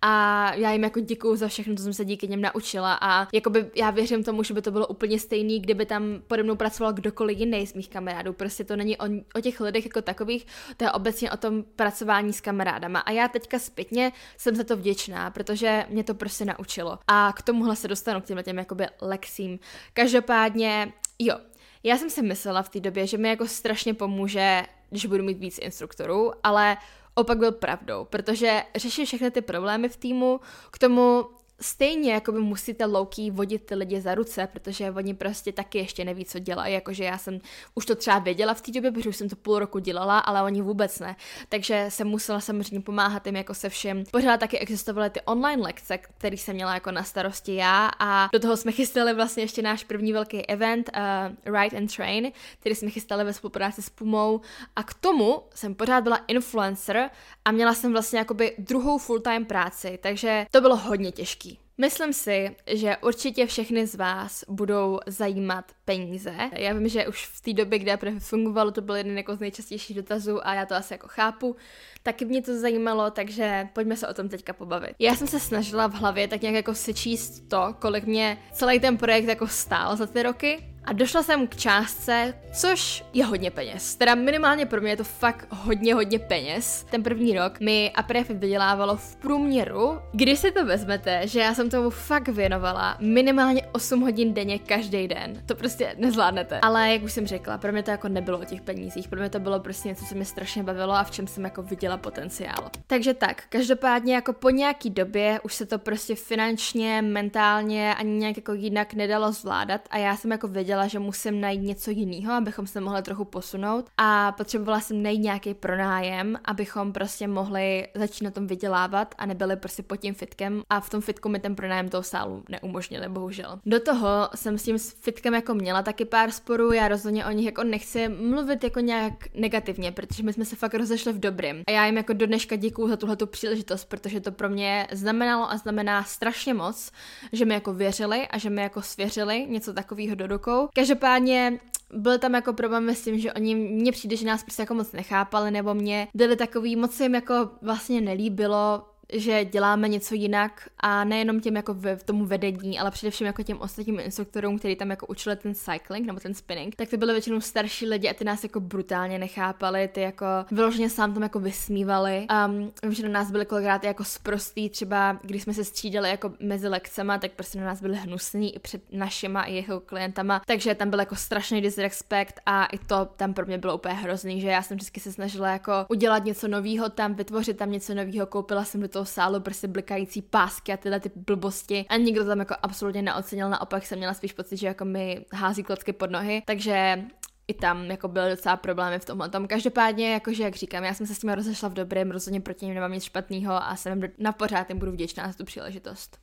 a já jim jako děkuju za všechno, co jsem se díky něm naučila a jakoby já věřím tomu, že by to bylo úplně stejný, kdyby tam pode mnou pracoval kdokoliv jiný z mých kamarádů, prostě to není o, o těch lidech jako takových, to je obecně o tom pracování s kamarádama a já teďka zpětně jsem za to vděčná, protože mě to prostě naučilo a k tomuhle se dostanu, k těmhle těm jakoby lekcím. Každopádně, jo, já jsem si myslela v té době, že mi jako strašně pomůže, když budu mít víc instruktorů, ale opak byl pravdou, protože řešit všechny ty problémy v týmu, k tomu stejně jakoby musíte low-key vodit ty lidi za ruce, protože oni prostě taky ještě neví, co dělají, jakože já jsem už to třeba věděla v té době, protože už jsem to půl roku dělala, ale oni vůbec ne. Takže jsem musela samozřejmě pomáhat jim jako se vším. Pořád taky existovaly ty online lekce, které jsem měla jako na starosti já a do toho jsme chystali vlastně ještě náš první velký event uh, Ride and Train, který jsme chystali ve spolupráci s Pumou a k tomu jsem pořád byla influencer a měla jsem vlastně jakoby druhou full-time práci, takže to bylo hodně těžké. Myslím si, že určitě všechny z vás budou zajímat peníze. Já vím, že už v té době, kde Apréfit fungovalo, to byl jeden jako z nejčastějších dotazů a já to asi jako chápu. Taky mě to zajímalo, takže pojďme se o tom teďka pobavit. Já jsem se snažila v hlavě tak nějak jako sečíst to, kolik mě celý ten projekt jako stál za ty roky. A došla jsem k částce, což je hodně peněz. Teda minimálně pro mě je to fakt hodně, hodně peněz. Ten první rok mi Apréfit vydělávalo v průměru, když si to vezmete, že já jsem tomu fakt věnovala minimálně osm hodin denně každý den. To prostě nezvládnete. Ale jak už jsem řekla, pro mě to jako nebylo o těch penízích. Pro mě to bylo prostě něco, co mě strašně bavilo a v čem jsem jako viděla potenciál. Takže tak, každopádně jako po nějaký době už se to prostě finančně, mentálně ani nějak jako jinak nedalo zvládat a já jsem jako věděla, že musím najít něco jiného, abychom se mohli trochu posunout a potřebovala jsem najít nějaký pronájem, abychom prostě mohli začít na tom vydělávat a nebyli prostě pod tím fitkem a v tom fitku mi ten pronájem toho sálu neumožnili, bohužel. Do toho jsem s tím fitkem jako měla taky pár sporů, já rozhodně o nich jako nechci mluvit jako nějak negativně, protože my jsme se fakt rozešli v dobrým a já jim jako do dneška děkuju za tuhletu příležitost, protože to pro mě znamenalo a znamená strašně moc, že mi jako věřili a že mi jako svěřili něco takového do rukou. Každopádně byl tam jako problém s tím, že oni, mně přijde, že nás prostě jako moc nechápali, nebo mě byli takový, moc se jim jako vlastně nelíbilo, že děláme něco jinak a nejenom těm jako v tomu vedení, ale především jako těm ostatním instruktorům, kteří tam jako učili ten cycling nebo ten spinning, tak to byly většinou starší lidi a ty nás jako brutálně nechápali, ty jako vyloženě sám tam jako vysmívali. Um, vím, že na nás byli kolikrát jako sprostý, třeba když jsme se střídali jako mezi lekcema, tak prostě na nás byli hnusní i před našima i jeho klientama, takže tam byl jako strašný disrespekt a i to tam pro mě bylo úplně hrozný, že já jsem vždycky se snažila jako udělat něco novýho tam, vytvořit tam něco novýho, koupila jsem do toho sálu prostě blikající pásky a tyhle ty blbosti a nikdo tam jako absolutně neocenil, naopak jsem měla spíš pocit, že jako mi hází klocky pod nohy, takže i tam jako byly docela problémy v tomhle tom. Každopádně, jakože jak říkám, já jsem se s tím rozešla v dobrém, rozhodně proti ním nemám nic špatného a jsem na pořád jim budu vděčná za tu příležitost.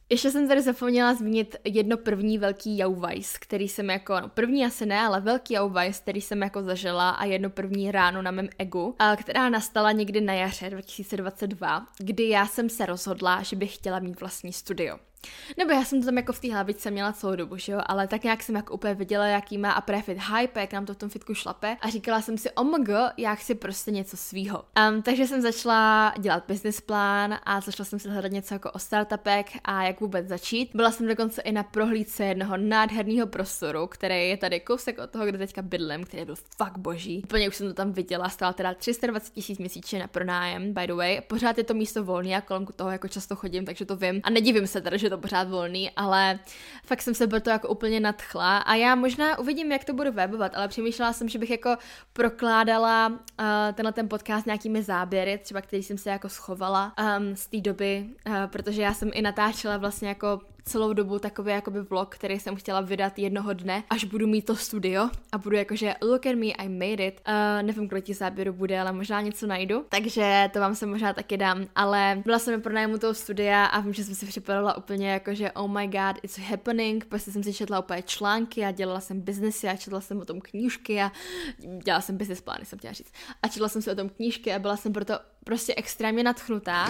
Ještě jsem tady zapomněla zmínit jedno první velký Jauweis, který jsem jako, no první asi ne, ale velký Jauweis, který jsem jako zažila a jedno první ráno na mém egu, a která nastala někdy na jaře dva tisíce dvacet dva, kdy já jsem se rozhodla, že bych chtěla mít vlastní studio. Nebo já jsem to tam jako v té hlavičce měla celou dobu, že jo, ale tak nějak jsem jako úplně viděla, jaký má Aprefit hype, jak nám to v tom fitku šlape a říkala jsem si, oh my god, já chci prostě něco svýho. Um, takže jsem začala dělat business plán a začala jsem si hledat něco jako o startupech a jak vůbec začít. Byla jsem dokonce i na prohlídce jednoho nádherného prostoru, který je tady kousek od toho, kde teďka bydlím, který byl fakt boží. Úplně už jsem to tam viděla, stál teda tři sta dvacet tisíc měsíčně na pronájem, by the way. Pořád je to místo volný a kolem toho jako často chodím, takže to vím a nedivím se teda, že to pořád volný, ale fakt jsem se to jako úplně nadchla a já možná uvidím, jak to budu webovat, ale přemýšlela jsem, že bych jako prokládala uh, tenhle ten podcast nějakými záběry, třeba který jsem se jako schovala um, z té doby, uh, protože já jsem i natáčela vlastně jako celou dobu takový jakoby vlog, který jsem chtěla vydat jednoho dne, až budu mít to studio a budu jakože look at me, I made it. Uh, nevím, kolik těch záběrů bude, ale možná něco najdu, takže to vám se možná taky dám, ale byla jsem na pronájmu toho studia a vím, že jsem si připadala úplně jakože oh my god, it's happening, prostě jsem si četla úplně články a dělala jsem biznesy a četla jsem o tom knížky a dělala jsem business plány, jsem chtěla říct. A četla jsem si o tom knížky a byla jsem proto prostě extrémně nadchnutá.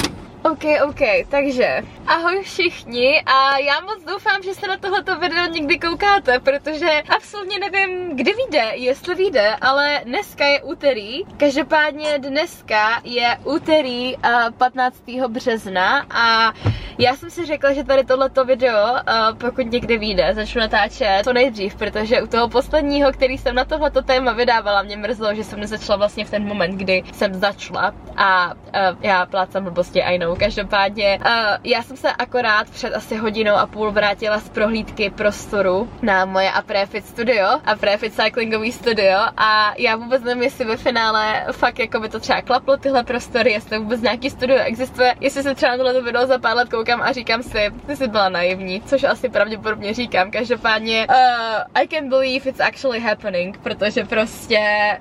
OK, OK, takže ahoj všichni a já moc doufám, že se na tohleto video někdy koukáte, protože absolutně nevím, kdy vyjde, jestli vyjde, ale dneska je úterý, každopádně dneska je úterý uh, patnáctého března a já jsem si řekla, že tady tohleto video, uh, pokud někdy vyjde, začnu natáčet co nejdřív, protože u toho posledního, který jsem na tohleto téma vydávala, mě mrzelo, že jsem nezačala vlastně v ten moment, kdy jsem začala a uh, já plácám blbosti, I know. Každopádně uh, já jsem se akorát před asi hodinou a půl vrátila z prohlídky prostoru na moje Aprefit studio, Aprefit cyclingový studio a já vůbec nevím, jestli ve finále fakt jako by to třeba klaplo tyhle prostory, jestli vůbec nějaký studio existuje, jestli se třeba na tohleto video za pár let koukám a říkám si, ty jsi byla naivní, což asi pravděpodobně říkám, každopádně uh, I can't believe it's actually happening, protože prostě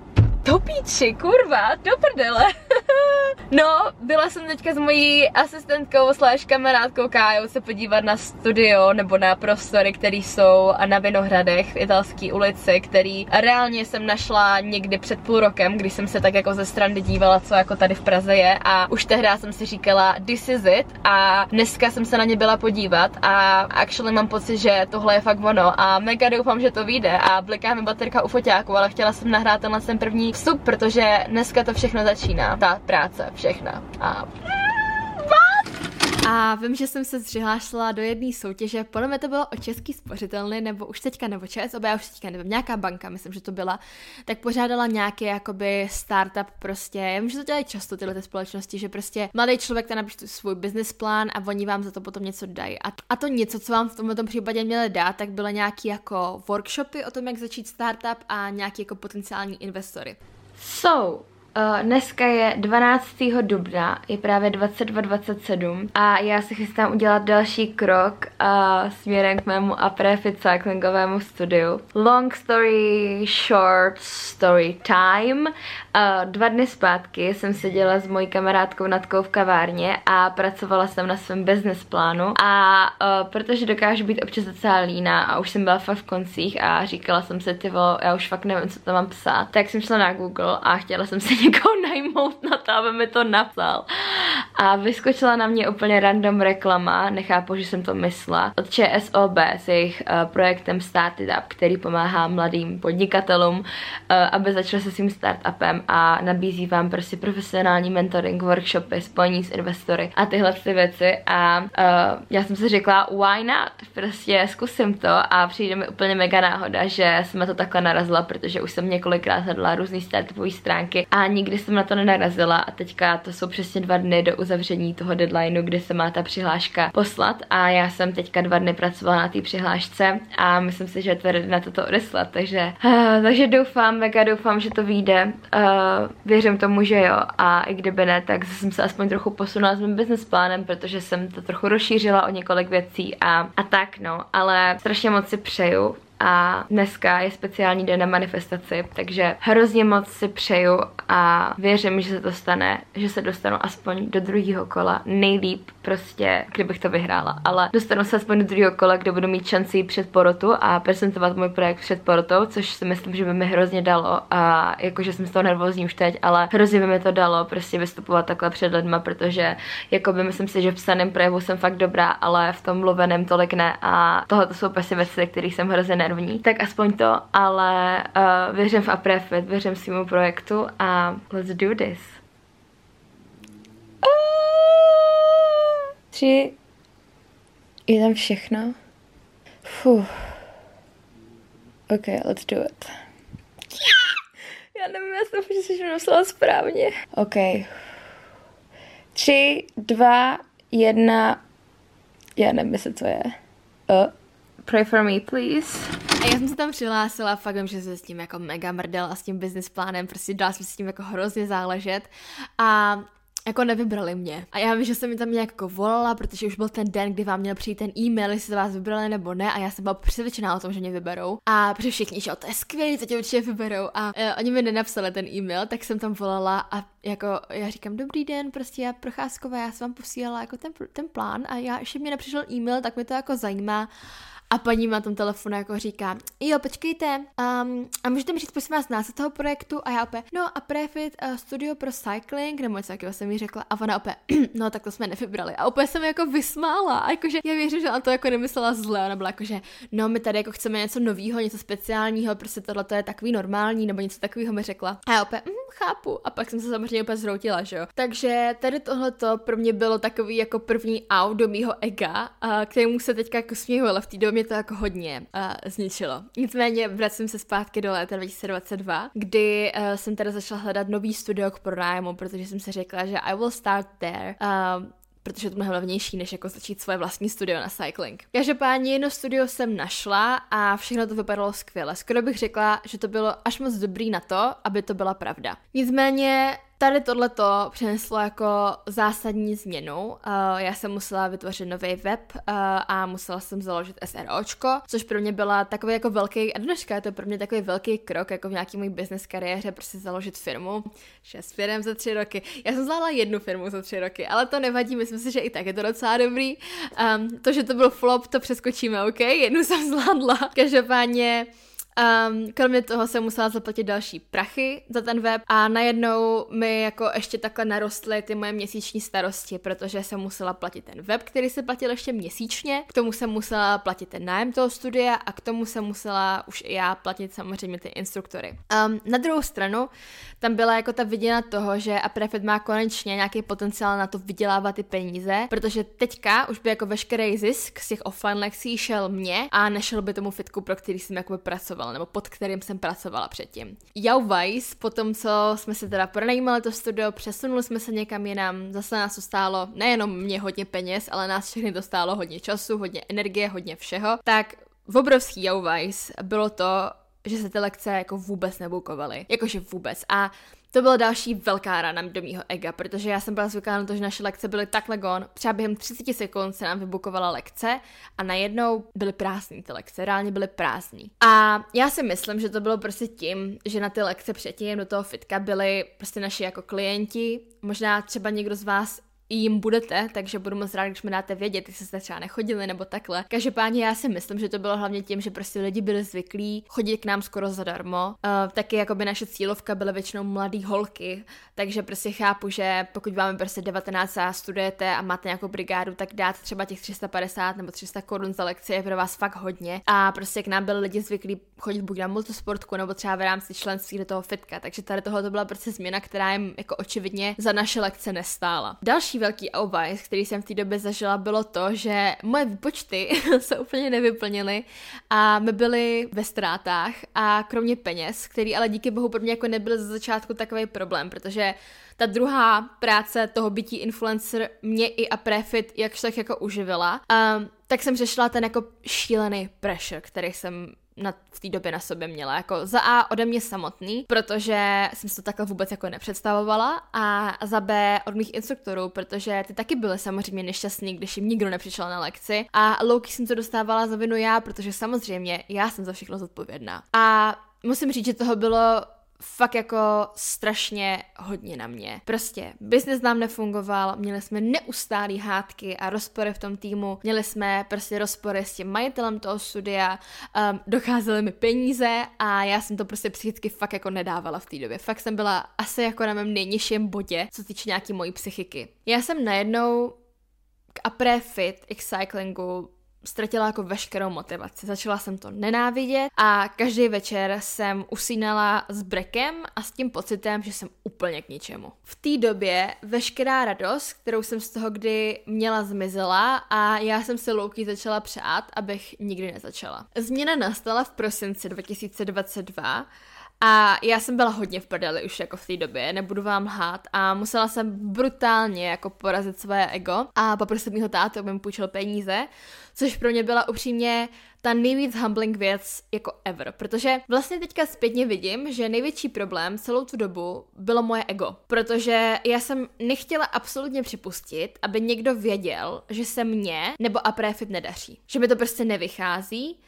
do píči, kurva, do prdele. No, byla jsem teďka s mojí asistentkou slash kamarádkou Kájou se podívat na studio nebo na prostory, které jsou na Vinohradech v italské ulici, který reálně jsem našla někdy před půl rokem, když jsem se tak jako ze strany dívala, co jako tady v Praze je a už tehdy jsem si říkala this is it a dneska jsem se na ně byla podívat a actually mám pocit, že tohle je fakt ono a mega doufám, že to vyjde a bliká mi baterka u foťáku, ale chtěla jsem nahrát tenhle ten první vstup, protože dneska to všechno začíná, ta práce, všechna a... A vím, že jsem se přihlásila do jedné soutěže, podle mě to bylo o Český spořitelny, nebo už teďka, nebo ČSOB, já už teďka nevím, nějaká banka, myslím, že to byla, tak pořádala nějaký jakoby startup prostě, já vím, že to dělají často tyhle ty společnosti, že prostě mladý člověk tam napíše svůj business plán a oni vám za to potom něco dají. A, a to něco, co vám v tomto případě měli dát, tak byly nějaký jako workshopy o tom, jak začít startup a nějaký jako potenciální investory. So, Uh, dneska je dvanáctého dubna, je právě dvacet dva dvacet sedm a já se chystám udělat další krok uh, směrem k mému Aprefit cyclingovému studiu. Long story short story time. Uh, dva dny zpátky jsem seděla s mojí kamarádkou Natkou v kavárně a pracovala jsem na svém business plánu a uh, protože dokážu být občas docela líná a už jsem byla fakt v koncích a říkala jsem si, ty vole, já už fakt nevím, co tam mám psát, tak jsem šla na Google a chtěla jsem se někoho najmout na to, aby mi to napsal. A vyskočila na mě úplně random reklama, nechápu, že jsem to myslela, od ČSOB s jejich uh, projektem Started Up, který pomáhá mladým podnikatelům, uh, aby začali se svým startupem a nabízí vám prostě profesionální mentoring, workshopy, spojení s investory a tyhle ty věci a uh, já jsem si řekla, why not? Prostě zkusím to a přijde mi úplně mega náhoda, že jsem na to takhle narazila, protože už jsem několikrát hledala různý startupové stránky a nikdy jsem na to nenarazila a teďka to jsou přesně dva dny do uzavření toho deadlineu, kdy se má ta přihláška poslat a já jsem teďka dva dny pracovala na té přihlášce a myslím si, že je to na toto odeslat, takže, uh, takže doufám, mega doufám, že to vyjde. Uh, věřím tomu, že jo a i kdyby ne, tak jsem se aspoň trochu posunula s mým business plánem, protože jsem to trochu rozšířila o několik věcí a, a tak no, ale strašně moc si přeju a dneska je speciální den na manifestaci, takže hrozně moc si přeju a věřím, že se to stane, že se dostanu aspoň do druhého kola, nejlíp prostě, kdybych to vyhrála, ale dostanu se aspoň do druhého kola, kde budu mít šanci před porotu a prezentovat můj projekt před porotou, což si myslím, že by mi hrozně dalo a jakože jsem z toho nervózní už teď, ale hrozně by mi to dalo prostě vystupovat takhle před lidma, protože jakoby myslím si, že v psaném projevu jsem fakt dobrá, ale v tom mluveném tolik ne a tohle to jsou prostě věci, kterých jsem hrozně nervní. Tak aspoň to, ale uh, věřím v Aprefit, věřím svýmu projektu a let's do this. Tři. Je tam všechno? Fuh. Ok, let's do it. Já nevím, já jsem že jsem myslela správně. Ok. Tři, dva, jedna. Já nevím, jestli to je. Uh. Pray for me, please. A já jsem se tam přihlásila, fakt vím, že se s tím jako mega mrdel a s tím business plánem, prostě dala jsem s tím jako hrozně záležet a jako nevybrali mě. A já vím, že jsem mi tam nějak jako volala, protože už byl ten den, kdy vám měl přijít ten e-mail, jestli se vás vybrali nebo ne a já jsem byla přesvědčená o tom, že mě vyberou. A protože všichni, že to je skvělý, to tě určitě vyberou a uh, oni mi nenapsali ten e-mail, tak jsem tam volala a jako já říkám, dobrý den, prostě já Procházková, já jsem vám posílala jako ten, ten plán a já ještě mě nepřišel e-mail, tak mě to jako zajímá. A paní má tom telefonu jako říká, jo, počkejte, um, a můžete mi říct, prosím vás, název toho projektu? A já opět, no a Prefit uh, Studio pro Cycling, nebo něco takového jsem jí řekla, a ona opět, no tak to jsme nevybrali. A opět jsem jako vysmála, a jakože já věřím, že ona to jako nemyslela zle, ona byla jakože, no my tady jako chceme něco novýho, něco speciálního, prostě tohle to je takový normální, nebo něco takového mi řekla. A já opět, mm, chápu. A pak jsem se samozřejmě opět zroutila, že jo. Takže tady tohleto pro mě bylo takový jako první out do mýho ega, uh, kterému se teďka jako směju, ale v té době mě to jako hodně uh, zničilo. Nicméně vracím se zpátky do léta dva tisíce dvacet dva, kdy uh, jsem teda začala hledat nový studio k pronájmu, protože jsem si řekla, že I will start there, uh, protože to je mnohem levnější, než jako začít svoje vlastní studio na cycling. Každopádně jedno studio jsem našla a všechno to vypadalo skvěle. Skoro bych řekla, že to bylo až moc dobrý na to, aby to byla pravda. Nicméně tady tohleto přineslo jako zásadní změnu. Uh, já jsem musela vytvořit nový web uh, a musela jsem založit SROčko, což pro mě byla takový jako velký, a dneška je to pro mě takový velký krok, jako v nějaký můj business kariéře, prostě založit firmu. Šest firm za tři roky. Já jsem zvládla jednu firmu za tři roky, ale to nevadí, myslím si, že i tak je to docela dobrý. Um, to, že to byl flop, to přeskočíme, ok? Jednu jsem zvládla. Každopádně Um, kromě toho jsem musela zaplatit další prachy za ten web a najednou mi jako ještě takhle narostly ty moje měsíční starosti, protože jsem musela platit ten web, který se platil ještě měsíčně, k tomu jsem musela platit ten nájem toho studia a k tomu jsem musela už i já platit samozřejmě ty instruktory. Um, na druhou stranu tam byla jako ta viděna toho, že Aprefit má konečně nějaký potenciál na to vydělávat ty peníze, protože teďka už by jako veškerý zisk z těch offline lekcí šel mně a nešel by tomu fitku, pro který jsem jako pracovala, nebo pod kterým jsem pracovala předtím. Jau Weiss, potom co jsme se teda pronajímali to studio, přesunuli jsme se někam jinam, zase nás to stálo nejenom mě hodně peněz, ale nás všechny to stálo hodně času, hodně energie, hodně všeho, tak v obrovský Jau Weiss bylo to, že se ty lekce jako vůbec nebukovaly. Jakože vůbec. A to byla další velká rana do mýho ega, protože já jsem byla zvyklá na to, že naše lekce byly takhle gone. Třeba během třicet sekund se nám vybukovala lekce a najednou byly prázdný ty lekce, reálně byly prázdný. A já si myslím, že to bylo prostě tím, že na ty lekce předtím do toho fitka byli prostě naši jako klienti, možná třeba někdo z vás jim budete, takže budu moc rád, když mi dáte vědět, jestli jste třeba nechodili nebo takhle. Každopádně já si myslím, že to bylo hlavně tím, že prostě lidi byli zvyklí chodit k nám skoro zadarmo. Uh, taky jakoby naše cílovka byly většinou mladý holky, takže prostě chápu, že pokud máme prostě devatenáct a studujete a máte nějakou brigádu, tak dát třeba těch tři sta padesát nebo tři sta korun za lekci je pro vás fakt hodně. A prostě k nám byli lidi zvyklí chodit buď na multisportku nebo třeba v rámci členství do toho fitka, takže tady tohle to byla prostě změna, která jim jako očividně za naše lekce nestála. Další velký Jau Weiss, který jsem v té době zažila, bylo to, že moje výpočty se úplně nevyplnily a my byli ve ztrátách a kromě peněz, který ale díky bohu pro mě jako nebyl ze začátku takový problém, protože ta druhá práce toho bytí influencer mě i Aprefit jakž tak jako uživila. Um, tak jsem řešila ten jako šílený pressure, který jsem na, v té době na sobě měla, jako za A ode mě samotný, protože jsem si to takhle vůbec jako nepředstavovala a za B od mých instruktorů, protože ty taky byly samozřejmě nešťastný, když jim nikdo nepřišel na lekci a louky jsem to dostávala za vinu já, protože samozřejmě já jsem za všechno zodpovědná. A musím říct, že toho bylo fakt jako strašně hodně na mě. Prostě business nám nefungoval, měli jsme neustálý hádky a rozpory v tom týmu, měli jsme prostě rozpory s tím majitelem toho studia, um, docházely mi peníze a já jsem to prostě psychicky fakt jako nedávala v té době. Fakt jsem byla asi jako na mém nejnižším bodě, co týče nějaký mojí psychiky. Já jsem najednou k après fit, k cyclingu ztratila jako veškerou motivaci. Začala jsem to nenávidět a každý večer jsem usínala s brekem a s tím pocitem, že jsem úplně k ničemu. V té době veškerá radost, kterou jsem z toho kdy měla, zmizela a já jsem si louky začala přát, abych nikdy nezačala. Změna nastala v prosinci dva tisíce dvacet dva a já jsem byla hodně v prdeli už jako v té době, nebudu vám lhát a musela jsem brutálně jako porazit své ego a poprosit mýho tátu, aby mi půjčil peníze, což pro mě byla upřímně ta nejvíc humbling věc jako ever, protože vlastně teďka zpětně vidím, že největší problém celou tu dobu bylo moje ego, protože já jsem nechtěla absolutně připustit, aby někdo věděl, že se mně nebo après fit nedaří, že mi to prostě nevychází.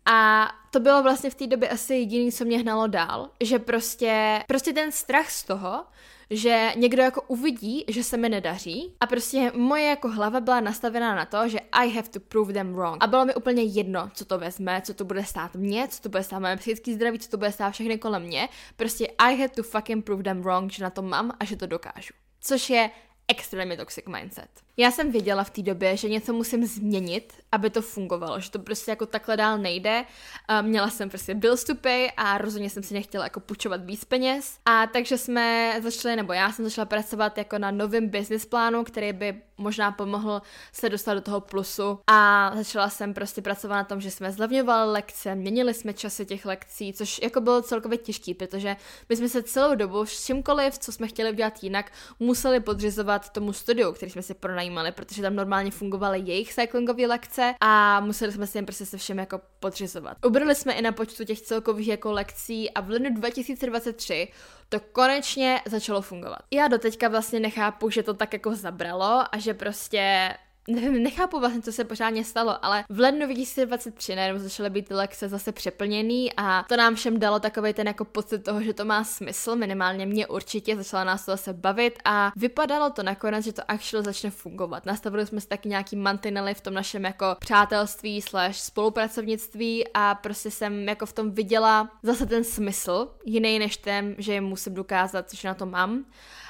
A to bylo vlastně v té době asi jediný, co mě hnalo dál, že prostě, prostě ten strach z toho, že někdo jako uvidí, že se mi nedaří a prostě moje jako hlava byla nastavená na to, že I have to prove them wrong. A bylo mi úplně jedno, co to vezme, co to bude stát mě, co to bude stát moje psychické zdraví, co to bude stát všechny kolem mě. Prostě I had to fucking prove them wrong, že na to mám a že to dokážu. Což je extrémně toxic mindset. Já jsem věděla v té době, že něco musím změnit, aby to fungovalo, že to prostě jako takhle dál nejde. Měla jsem prostě bills to pay a rozhodně jsem si nechtěla jako půjčovat víc peněz. A takže jsme začali, nebo já jsem začala pracovat jako na novém business plánu, který by možná pomohl se dostat do toho plusu. A začala jsem prostě pracovat na tom, že jsme zlevňovali lekce, měnili jsme časy těch lekcí, což jako bylo celkově těžký, protože my jsme se celou dobu s čímkoliv, co jsme chtěli udělat jinak, museli podřizovat tomu studiu, který jsme si pronajímali, protože tam normálně fungovaly jejich cyclingové lekce a museli jsme si jen prostě se všem jako podřizovat. Ubrali jsme i na počtu těch celkových jako lekcí a v lednu dva tisíce dvacet tři to konečně začalo fungovat. Já doteďka vlastně nechápu, že to tak jako zabralo a že prostě nevím, nechápu vlastně, co se pořádně stalo, ale v lednu dva tisíce dvacet tři najednou začaly být ty lekce zase přeplněný a to nám všem dalo takovej ten jako pocit toho, že to má smysl, minimálně mě určitě, začala nás to zase bavit a vypadalo to nakonec, že to actually začne fungovat. Nastavili jsme si taky nějaký mantinely v tom našem jako přátelství slash spolupracovnictví a prostě jsem jako v tom viděla zase ten smysl, jiný než ten, že jim musím dokázat, že na to mám.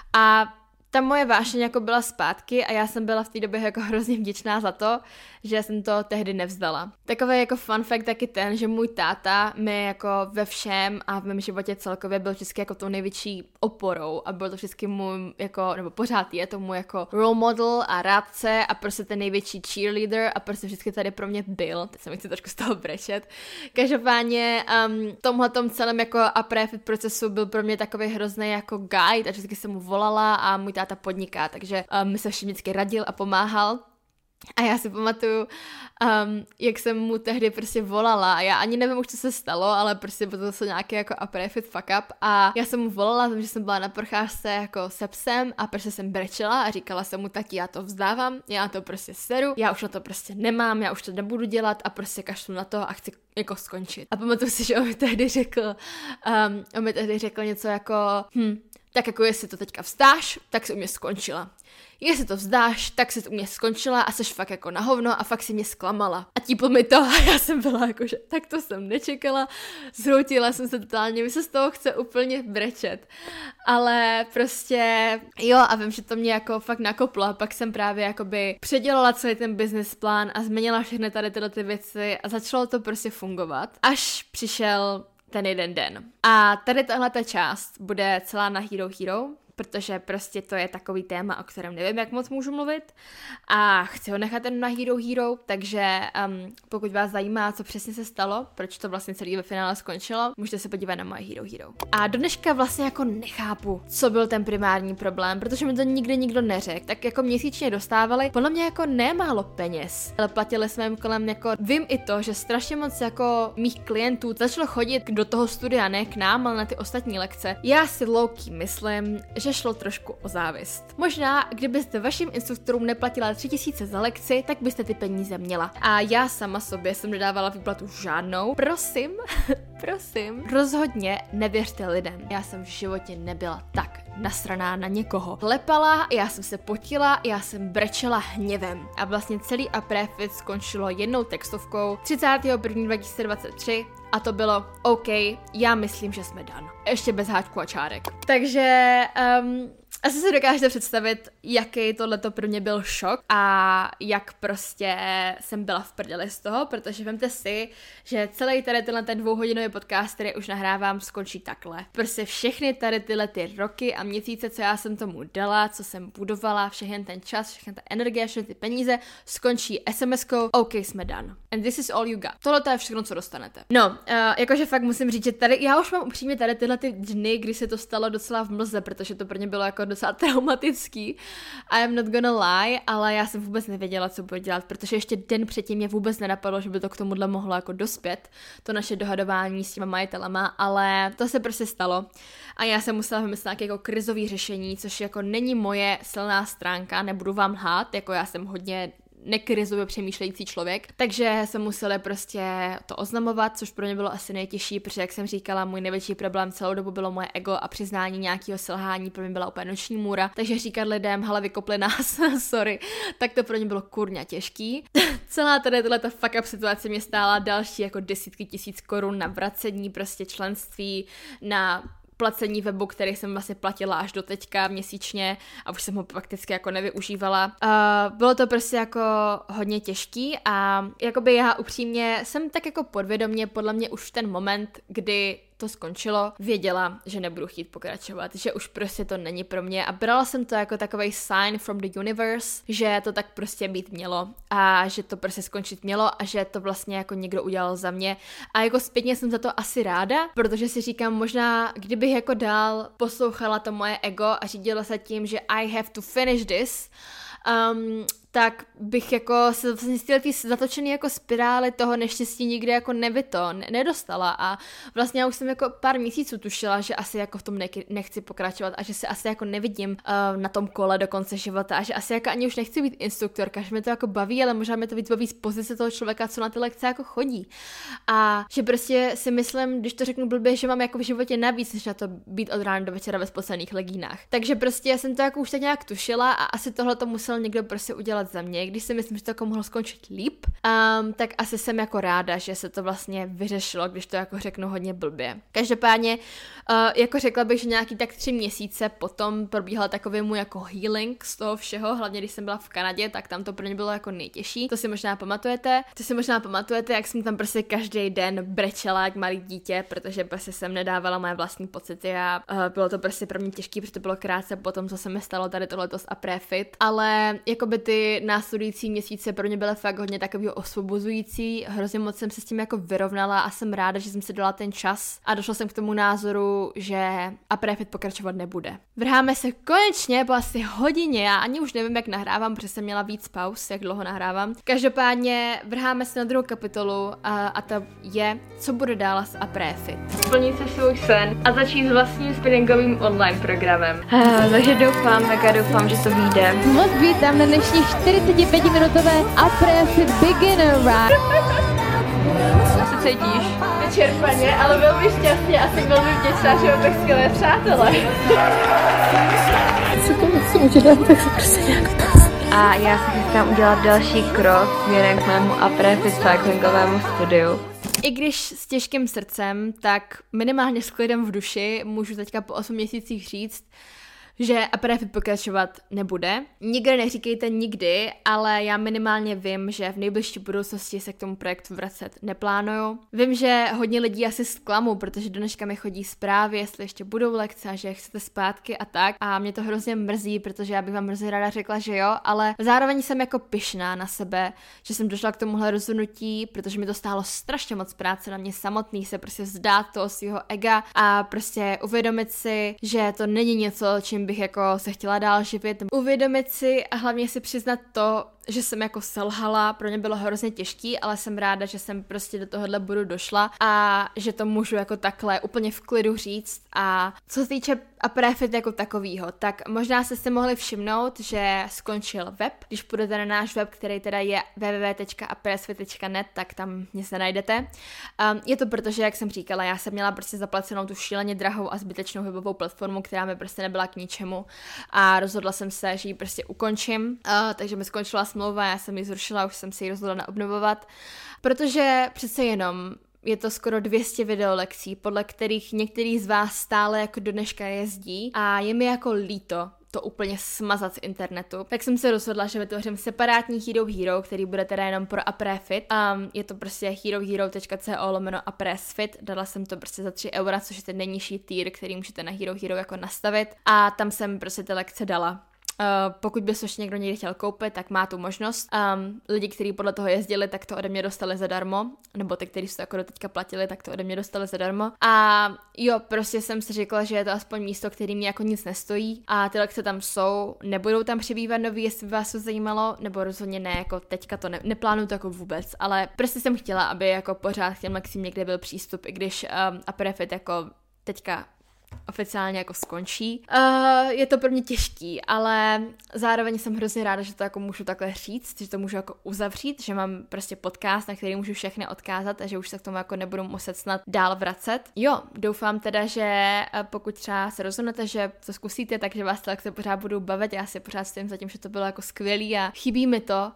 A ta moje vášeň jako byla zpátky a já jsem byla v té době jako hrozně vděčná za to, že jsem to tehdy nevzdala. Takový jako fun fact taky ten, že můj táta mi jako ve všem a v mém životě celkově byl vždycky jako tou největší oporou a byl to vždycky můj jako, nebo pořád je to můj jako role model a rádce a prostě ten největší cheerleader a prostě vždycky tady pro mě byl. Teď se mi chci trošku z toho brečet. Každopádně um, tomhletom celém jako après fit procesu byl pro mě takový hrozný jako guide a vždycky jsem mu volala a můj táta podniká, takže um, mi se všem vždycky radil a pomáhal. A já si pamatuju, um, jak jsem mu tehdy prostě volala a já ani nevím už, co se stalo, ale prostě bylo to zase nějaký jako après fit fuck up a já jsem mu volala, že jsem byla na procházce jako se psem a prostě jsem brečela a říkala jsem mu taky, já to vzdávám, já to prostě seru, já už na to prostě nemám, já už to nebudu dělat a prostě kašlu na to a chci jako skončit. A pamatuju si, že on mi tehdy řekl, um, on mi tehdy řekl něco jako, hm, tak jako jestli to teďka vzdáš, tak si u mě skončila. Jestli to vzdáš, tak si to u mě skončila a seš fakt jako na hovno a fakt si mě zklamala. A típl mi to a já jsem byla jako, že tak to jsem nečekala, zhroutila jsem se totálně, mi se z toho chce úplně brečet. Ale prostě jo a vím, že to mě jako fakt nakoplo a pak jsem právě jakoby předělala celý ten business plán a změnila všechny tady tyhle ty věci a začalo to prostě fungovat. Až přišel ten jeden den. A tady tahle ta část bude celá na Hero Hero, protože prostě to je takový téma, o kterém nevím, jak moc můžu mluvit a chci ho nechat jen na Hero Hero, takže um, pokud vás zajímá, co přesně se stalo, proč to vlastně celý ve finále skončilo, můžete se podívat na moje Hero Hero. A do dneška vlastně jako nechápu, co byl ten primární problém, protože mi to nikdy nikdo neřekl. Tak jako měsíčně dostávali podle mě jako nemálo peněz, ale platili jsme jim kolem jako, vím i to, že strašně moc jako mých klientů začalo chodit do toho studia, ne k nám, ale na ty ostatní lekce. Já si low-key myslím, že šlo trošku o závist. Možná, kdybyste vašim instruktorům neplatila tři tisíce za lekci, tak byste ty peníze měla. A já sama sobě jsem nedávala výplatu žádnou. Prosím, prosím, rozhodně nevěřte lidem. Já jsem v životě nebyla tak nasraná na někoho. Lepala, já jsem se potila, já jsem brečela hněvem. A vlastně celý Aprefit skončilo jednou textovkou třicátého prvního dva tisíce dvacet tři a to bylo OK, já myslím, že jsme done. Ještě bez háčku a čárek. Takže um, asi si dokážete představit, jaký tohleto pro mě byl šok a jak prostě jsem byla v prdeli z toho, protože vemte si, že celý tady tenhle ten dvouhodinový podcast, který už nahrávám, skončí takhle. Prostě všechny tady tyhle ty roky a měsíce, co já jsem tomu dala, co jsem budovala, všechny ten čas, všechny ta energie, všechny ty peníze, skončí es em eskou, OK, jsme done. And this is all you got. Tohle to je všechno, co dostanete. No, uh, jakože fakt musím říct, že tady, já už mám upřímně tady tyhle ty dny, kdy se to stalo docela v mlze, protože to pro mě bylo jako docela traumatický. I'm not gonna lie, ale já jsem vůbec nevěděla, co budu dělat, protože ještě den předtím mě vůbec nenapadlo, že by to k tomuhle mohlo jako dospět, to naše dohadování s těma majitelama, ale to se prostě stalo a já jsem musela vymyslet nějaké jako krizové řešení, což jako není moje silná stránka, nebudu vám lhát, jako já jsem hodně nekrizově přemýšlející člověk, takže jsem musela prostě to oznamovat, což pro mě bylo asi nejtěžší, protože jak jsem říkala, můj největší problém celou dobu bylo moje ego a přiznání nějakého selhání, pro mě byla úplně noční můra, takže říkat lidem, hele, vykopli nás, sorry, tak to pro mě bylo kurňa těžký. Celá tady tato fuck up situace mě stála další jako desítky tisíc korun na vracení prostě členství, na placení webu, který jsem vlastně platila až do teďka měsíčně a už jsem ho prakticky jako nevyužívala. Uh, bylo to prostě jako hodně těžký a jakoby já upřímně jsem tak jako podvědomě podle mě už v ten moment, kdy to skončilo, věděla, že nebudu chtít pokračovat, že už prostě to není pro mě a brala jsem to jako takovej sign from the universe, že to tak prostě být mělo a že to prostě skončit mělo a že to vlastně jako někdo udělal za mě a jako zpětně jsem za to asi ráda, protože si říkám možná, kdybych jako dál poslouchala to moje ego a řídila se tím, že I have to finish this, um, tak bych jako se vlastně z ty zatočený jako spirály toho neštěstí nikdy jako nevyto, ne- nedostala a vlastně já už jsem jako pár měsíců tušila, že asi jako v tom ne- nechci pokračovat a že se asi jako nevidím uh, na tom kole do konce života a že asi jako ani už nechci být instruktorka, že mě to jako baví, ale možná mě to víc baví z pozice toho člověka, co na ty lekce jako chodí a že prostě si myslím, když to řeknu blbě, že mám jako v životě navíc, než na to být od rána do večera ve spocených legínách. Takže prostě já jsem to jako už tak nějak tušila a asi tohle to musel někdo prostě udělat za mě, když si myslím, že to jako mohlo skončit líp, um, tak asi jsem jako ráda, že se to vlastně vyřešilo, když to jako řeknu hodně blbě. Každopádně, uh, jako řekla bych, že nějaký tak tři měsíce potom probíhal takový můj jako healing z toho všeho, hlavně když jsem byla v Kanadě, tak tam to pro mě bylo jako nejtěžší. To si možná pamatujete. To si možná pamatujete, jak jsem tam prostě každý den brečela jak malý dítě, protože prostě jsem nedávala moje vlastní pocity a uh, bylo to prostě pro mě těžké, protože to bylo krátce po tom, co se mi stalo tady tohleto s Aprefit, ale jakoby ty následující měsíce pro mě byly fakt hodně takový osvobozující, hrozně moc jsem se s tím jako vyrovnala a jsem ráda, že jsem si dala ten čas a došla jsem k tomu názoru, že Aprefit pokračovat nebude. Vrháme se konečně po asi hodině, já ani už nevím, jak nahrávám, protože jsem měla víc pauz, jak dlouho nahrávám. Každopádně vrháme se na druhou kapitolu a, a to je, co bude dál s Aprefit. Splnit se svůj sen a začít s vlastním spinningovým online programem. Uh, takže doufám, mega doufám, že to vyjde. Moc vítám na dnešní čtyřicetipětiminutové Aprefit Beginner Ride. Jak se cítíš? Vyčerpaně, ale velmi šťastně a jsem velmi vděčná, že mám tak skvělé přátelé. Co to musím udělat, tak se prostě nějak pás. A já se chystám udělat další krok směrem k mému Aprefit cyclingovému studiu. I když s těžkým srdcem, tak minimálně s klidem v duši můžu teďka po osmi měsících říct, že Aprefit pokračovat nebude. Nikdy neříkejte nikdy, ale já minimálně vím, že v nejbližší budoucnosti se k tomu projektu vracet neplánuju. Vím, že hodně lidí asi zklamu, protože do dneška mi chodí zprávy, jestli ještě budou lekce a že chcete zpátky a tak. A mě to hrozně mrzí, protože já bych vám hrozně ráda řekla, že jo, ale zároveň jsem jako pyšná na sebe, že jsem došla k tomuhle rozhodnutí, protože mi to stálo strašně moc práce na mě samotný se prostě vzdát toho svého ega a prostě uvědomit si, že to není něco, čím bych jako se chtěla dál živit. Uvědomit si a hlavně si přiznat to, že jsem jako selhala, pro mě bylo hrozně těžký, ale jsem ráda, že jsem prostě do tohohle bodu došla a že to můžu jako takhle úplně v klidu říct. A co se týče Aprefit jako takovýho, tak možná jste si mohli všimnout, že skončil web. Když půjdete na náš web, který teda je w w w tečka aprefit tečka net, tak tam mě se najdete. Um, je to proto, že, jak jsem říkala, já jsem měla prostě zaplacenou tu šíleně drahou a zbytečnou webovou platformu, která mi prostě nebyla k ničemu a rozhodla jsem se, že ji prostě ukončím. Uh, takže mi skončila smlouva, já jsem ji zrušila, už jsem si ji rozhodla naobnovovat, protože přece jenom je to skoro dvě stě videolekcí, podle kterých některý z vás stále jako do dneška jezdí a je mi jako líto to úplně smazat z internetu. Tak jsem se rozhodla, že vytvořím separátní Hero Hero, který bude teda jenom pro Aprefit. Um, je to prostě herohero tečka co lomeno Aprefit. Dala jsem to prostě za tři eura, což je ten nejnižší tier, který můžete na Hero Hero jako nastavit. A tam jsem prostě ty lekce dala. Uh, pokud by se ještě někdo někdy chtěl koupit, tak má tu možnost. Um, lidi, kteří podle toho jezdili, tak to ode mě dostali zadarmo, nebo ty, kteří se to jako do teďka platili, tak to ode mě dostali zadarmo. A jo, prostě jsem si řekla, že je to aspoň místo, který mě jako nic nestojí a ty lekce tam jsou, nebudou tam přibývat nový, jestli by vás to zajímalo, nebo rozhodně ne, jako teďka to ne, neplánuju to jako vůbec, ale prostě jsem chtěla, aby jako pořád k těm lekcím někde byl přístup, i když um, Aprefit jako teďka oficiálně jako skončí. Uh, je to pro mě těžký, ale zároveň jsem hrozně ráda, že to jako můžu takhle říct, že to můžu jako uzavřít, že mám prostě podcast, na který můžu všechny odkázat a že už se k tomu jako nebudu muset snad dál vracet. Jo, doufám teda, že pokud třeba se rozhodnete, že to zkusíte, takže vás to lekce pořád budou bavit, já si pořád stojím za tím, že to bylo jako skvělý a chybí mi to.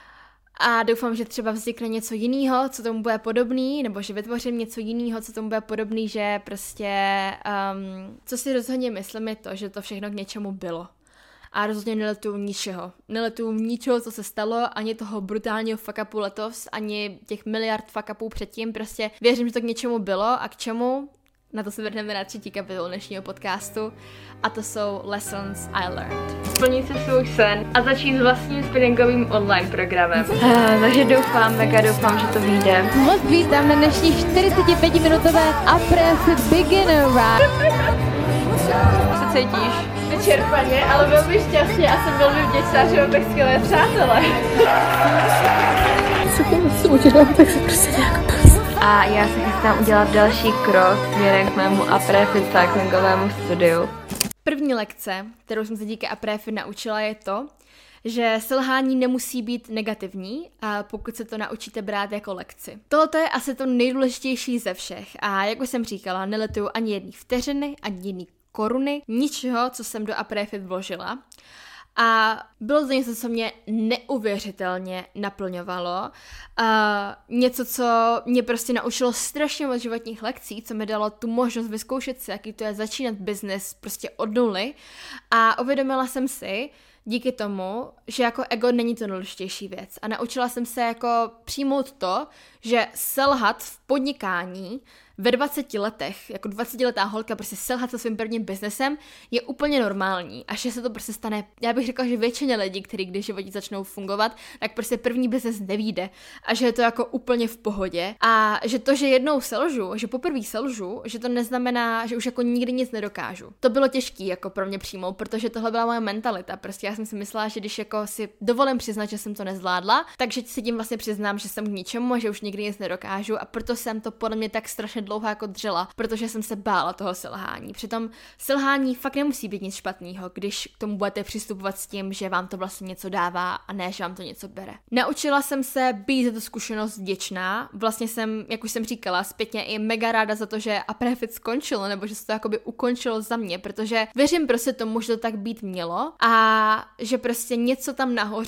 A doufám, že třeba vznikne něco jiného, co tomu bude podobný, nebo že vytvořím něco jiného, co tomu bude podobný, že prostě, um, co si rozhodně myslím je to, že to všechno k něčemu bylo. A rozhodně neletuju ničeho. Neletuju ničeho, co se stalo, ani toho brutálního fuck upu letos, ani těch miliard fuck upů předtím, prostě věřím, že to k něčemu bylo a k čemu. Na to se vrhneme na třetí kapitolu dnešního podcastu a to jsou Lessons I Learned. Splnit si svůj sen a začít s vlastním spinningovým online programem. Uh, takže doufám, mega doufám, že to vyjde. Moc vítám na dnešní čtyřicetipětiminutové Aprefit Beginner Ride. Jak se cítíš? Vyčerpaně, ale velmi šťastně a jsem velmi vděčná, že máme skvělé přátelé. Co jsem udělala, tak se prostě nějak pás. A já se chystám udělat další krok směrem k mému Aprefit cyclingovému studiu. První lekce, kterou jsem se díky Aprefit naučila, je to, že selhání nemusí být negativní, a pokud se to naučíte brát jako lekci. Tohle je asi to nejdůležitější ze všech a jak už jsem říkala, neletuju ani jedný vteřiny, ani jedný koruny, ničeho, co jsem do Aprefit vložila. A bylo to něco, co mě neuvěřitelně naplňovalo. Uh, něco, co mě prostě naučilo strašně moc životních lekcí, co mi dalo tu možnost vyzkoušet si, jaký to je začínat biznes prostě od nuly. A uvědomila jsem si díky tomu, že jako ego není to nejdůležitější věc. A naučila jsem se jako přijmout to, že selhat v podnikání ve dvaceti letech, jako dvacetiletá holka, prostě selhat se svým prvním biznesem je úplně normální a že se to prostě stane, já bych řekla, že většině lidí, kteří když životí začnou fungovat, tak prostě první biznes nevyjde a že je to jako úplně v pohodě a že to, že jednou selžu, že poprvé selžu, že to neznamená, že už jako nikdy nic nedokážu. To bylo těžké jako pro mě přijmout, protože tohle byla moje mentalita, prostě já jsem si myslela, že když jako si dovolím přiznat, že jsem to nezvládla, takže si tím vlastně přiznám, že jsem k ničemu a že už nikdy nic nedokážu a proto jsem to podle mě tak strašně dlouho jako dřela, protože jsem se bála toho selhání. Přitom selhání fakt nemusí být nic špatného, když k tomu budete přistupovat s tím, že vám to vlastně něco dává a ne, že vám to něco bere. Naučila jsem se být za tu zkušenost vděčná. Vlastně jsem, jak už jsem říkala, zpětně i mega ráda za to, že Aprefit skončilo, nebo že se to jakoby ukončilo za mě, protože věřím prostě tomu, že to tak být mělo a že prostě něco tam nahoře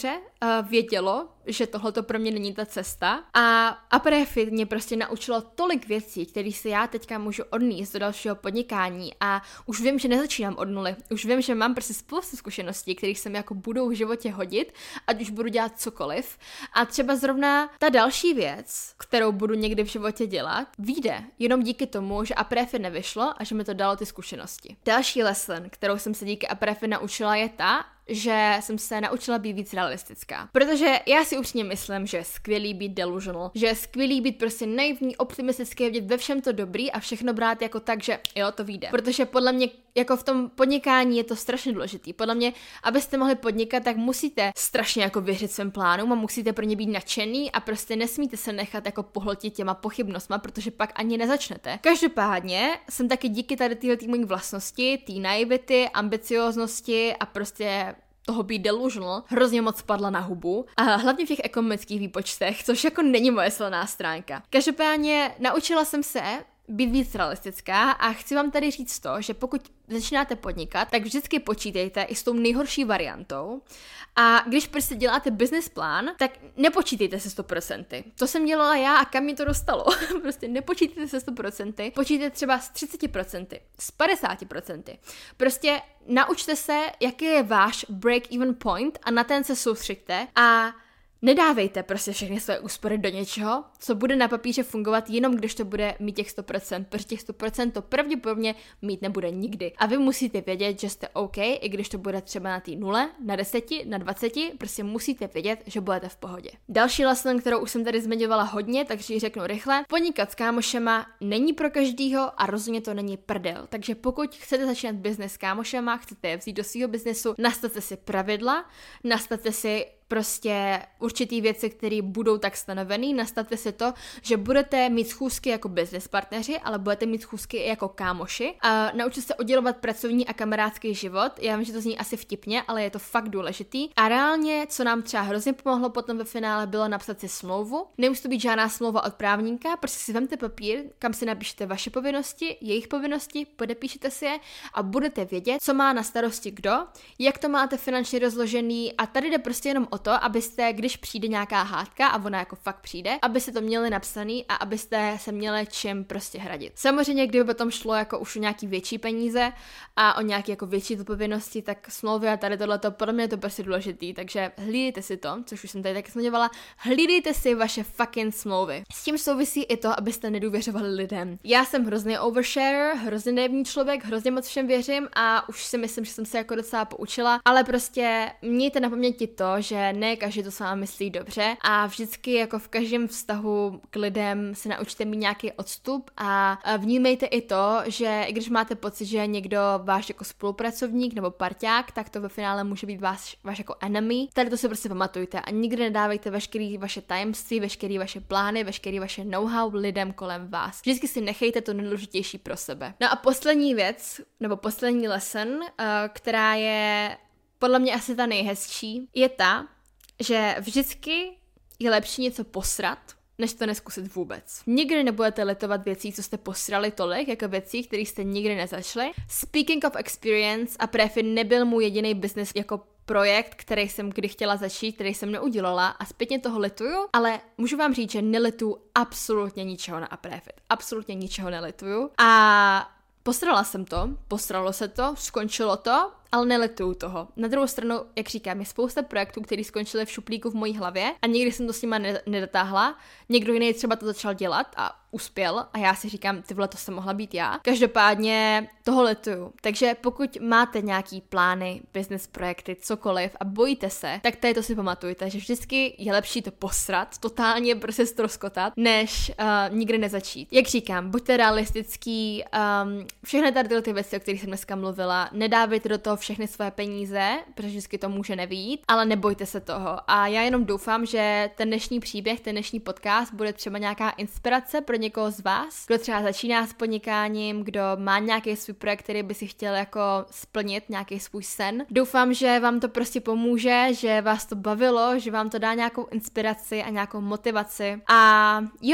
uh, vědělo, že tohle to pro mě není ta cesta. A Aprefit mě prostě naučilo tolik věcí, které si já teďka můžu odníst do dalšího podnikání a už vím, že nezačínám od nuly. Už vím, že mám prostě spoustu zkušeností, kterých se mi jako budou v životě hodit, ať už budu dělat cokoliv. A třeba zrovna ta další věc, kterou budu někdy v životě dělat, vyjde jenom díky tomu, že Aprefit nevyšlo a že mi to dalo ty zkušenosti. Další lesson, kterou jsem se díky Aprefit naučila, je ta, že jsem se naučila být víc realistická. Protože já si upřímně myslím, že je skvělý být delusional, že je skvělý být prostě naivní, optimistický, vidět ve všem to dobrý a všechno brát jako tak, že jo, to vyjde. Protože podle mě jako v tom podnikání je to strašně důležitý. Podle mě, abyste mohli podnikat, tak musíte strašně jako věřit svým plánům a musíte pro ně být nadšený a prostě nesmíte se nechat jako pohltit těma pochybnostma, protože pak ani nezačnete. Každopádně jsem taky díky tady téhle mojí vlastnosti, té naivity, ambicioznosti a prostě toho být delusional, hrozně moc spadla na hubu a hlavně v těch ekonomických výpočtech, což jako není moje silná stránka. Každopádně naučila jsem se být víc realistická a chci vám tady říct to, že pokud začínáte podnikat, tak vždycky počítejte i s tou nejhorší variantou a když prostě děláte business plán, tak nepočítejte se sto procent. To jsem dělala já a kam mě to dostalo. Prostě nepočítejte se sto procent, počítejte třeba s třicet procent, s padesát procent. Prostě naučte se, jaký je váš break-even point a na ten se soustřeďte a nedávejte prostě všechny své úspory do něčeho, co bude na papíře fungovat jenom když to bude mít těch sto procent, protože těch sto procent to pravděpodobně mít nebude nikdy. A vy musíte vědět, že jste OK, i když to bude třeba na té nule, na deseti, na dvaceti, prostě musíte vědět, že budete v pohodě. Další lesson, kterou už jsem tady zmiňovala hodně, takže ji řeknu rychle. Podnikat s kámošema není pro každýho a rozhodně to není prdel. Takže pokud chcete začínat biznes s kámošema, chcete je vzít do svého biznesu, nastavte si pravidla, nastavte si prostě určitý věci, které budou tak stanovený, nastavte si to, že budete mít schůzky jako business partneři, ale budete mít schůzky i jako kámoši. A naučte se oddělovat pracovní a kamarádský život. Já vím, že to zní asi vtipně, ale je to fakt důležitý. A reálně, co nám třeba hrozně pomohlo potom ve finále, bylo napsat si smlouvu. Nemusí to být žádná smlouva od právníka, prostě si vemte papír, kam si napíšete vaše povinnosti, jejich povinnosti, podepíšete si je a budete vědět, co má na starosti kdo, jak to máte finančně rozložený a tady jde prostě jenom o to, abyste, když přijde nějaká hádka a ona jako fakt přijde, abyste to měli napsaný a abyste se měli čím prostě hradit. Samozřejmě, kdyby potom šlo jako už o nějaký větší peníze a o nějaké jako větší zodpovědnosti, tak smlouvy a tady tohleto, podle mě je to prostě důležitý, takže hlídejte si to, což už jsem tady taky zmiňovala, hlídejte si vaše fucking smlouvy. S tím souvisí i to, abyste nedůvěřovali lidem. Já jsem hrozný oversharer, hrozně naivní člověk, hrozně moc všem věřím a už si myslím, že jsem se jako docela poučila, ale prostě mějte na paměti to, že ne každý to s vámi myslí dobře a vždycky jako v každém vztahu k lidem se naučte mít nějaký odstup a vnímejte i to, že i když máte pocit, že někdo váš jako spolupracovník nebo parťák, tak to ve finále může být váš, váš jako enemy. Tady to si prostě pamatujte a nikdy nedávejte veškerý vaše tajemství, veškerý vaše plány, veškerý vaše know-how lidem kolem vás. Vždycky si nechejte to nejdůležitější pro sebe. No a poslední věc, nebo poslední lesson, uh, která je podle mě asi ta nejhezčí, je ta, že vždycky je lepší něco posrat, než to neskusit vůbec. Nikdy nebudete litovat věcí, co jste posrali tolik, jako věcí, které jste nikdy nezačali. Speaking of experience, Aprefit nebyl můj jediný business jako projekt, který jsem kdy chtěla začít, který jsem neudělala a zpětně toho lituju, ale můžu vám říct, že nelituju absolutně ničeho na Aprefit. Absolutně ničeho nelituju. A posrala jsem to, posralo se to, skončilo to, ale nelituju toho. Na druhou stranu, jak říkám, je spousta projektů, které skončily v šuplíku v mojí hlavě a nikdy jsem to s nima nedotáhla. Někdo jiný třeba to začal dělat a uspěl a já si říkám, ty vole, to jsem mohla být já. Každopádně toho lituju. Takže pokud máte nějaký plány, business projekty, cokoliv a bojíte se, tak tady to si pamatujte, že vždycky je lepší to posrat, totálně prostě ztroskotat, než uh, nikdy nezačít. Jak říkám, buďte realistický, um, všechny tady tyhle ty věci, o kterých jsem dneska mluvila, nedávejte do toho všechny své peníze, protože vždycky to může nevýjít, ale nebojte se toho. A já jenom doufám, že ten dnešní příběh, ten dnešní podcast bude třeba nějaká inspirace pro někoho z vás, kdo třeba začíná s podnikáním, kdo má nějaký svůj projekt, který by si chtěl jako splnit, nějaký svůj sen. Doufám, že vám to prostě pomůže, že vás to bavilo, že vám to dá nějakou inspiraci a nějakou motivaci. A jo,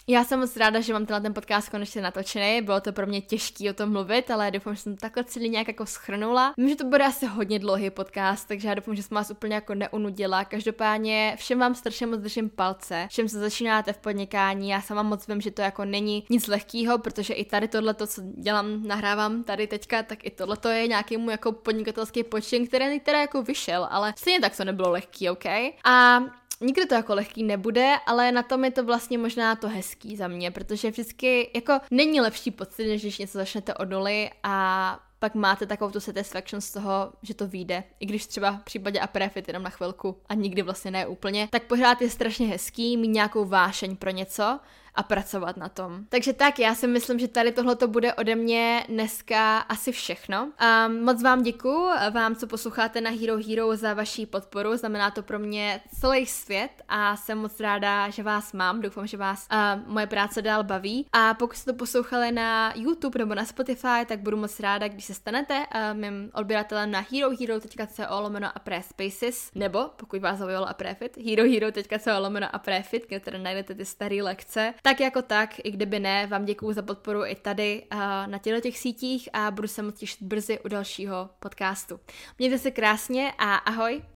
Já jsem moc ráda, že mám tenhle ten podcast konečně natočený, bylo to pro mě těžký o tom mluvit, ale doufám, že jsem takhle celý nějak jako schrnula. Vím, že to bude asi hodně dlouhý podcast, takže já doufám, že jsem vás úplně jako neunudila. Každopádně všem vám strašně moc držím palce, všem se začínáte v podnikání, já sama moc vím, že to jako není nic lehkýho, protože i tady tohleto, co dělám, nahrávám tady teďka, tak i tohleto je nějaký můj jako podnikatelský počin, který teda jako vyšel, ale stejně tak to nebylo lehký, ok? A nikdy to jako lehký nebude, ale na tom je to vlastně možná to hezký za mě, protože vždycky jako není lepší pocit, než když něco začnete od nuly a pak máte takovou tu satisfaction z toho, že to vyjde. I když třeba v případě Aprefit jenom na chvilku a nikdy vlastně ne úplně, tak pořád je strašně hezký mít nějakou vášeň pro něco a pracovat na tom. Takže tak, já si myslím, že tady tohle to bude ode mě dneska asi všechno. Um, moc vám děkuju, vám, co posloucháte na Hero Hero, za vaši podporu, znamená to pro mě celý svět a jsem moc ráda, že vás mám, doufám, že vás uh, moje práce dál baví. A pokud jste to poslouchali na YouTube nebo na Spotify, tak budu moc ráda, když se stanete uh, mým odběratelem na herohero tečka co lomeno Aprefit, nebo pokud vás zaujalo Aprefit, herohero tečka co lomeno Aprefit, kde teda najdete ty staré lekce. Tak jako tak, i kdyby ne, vám děkuju za podporu i tady uh, na těchto těch sítích a budu se moc těšit brzy u dalšího podcastu. Mějte se krásně a ahoj!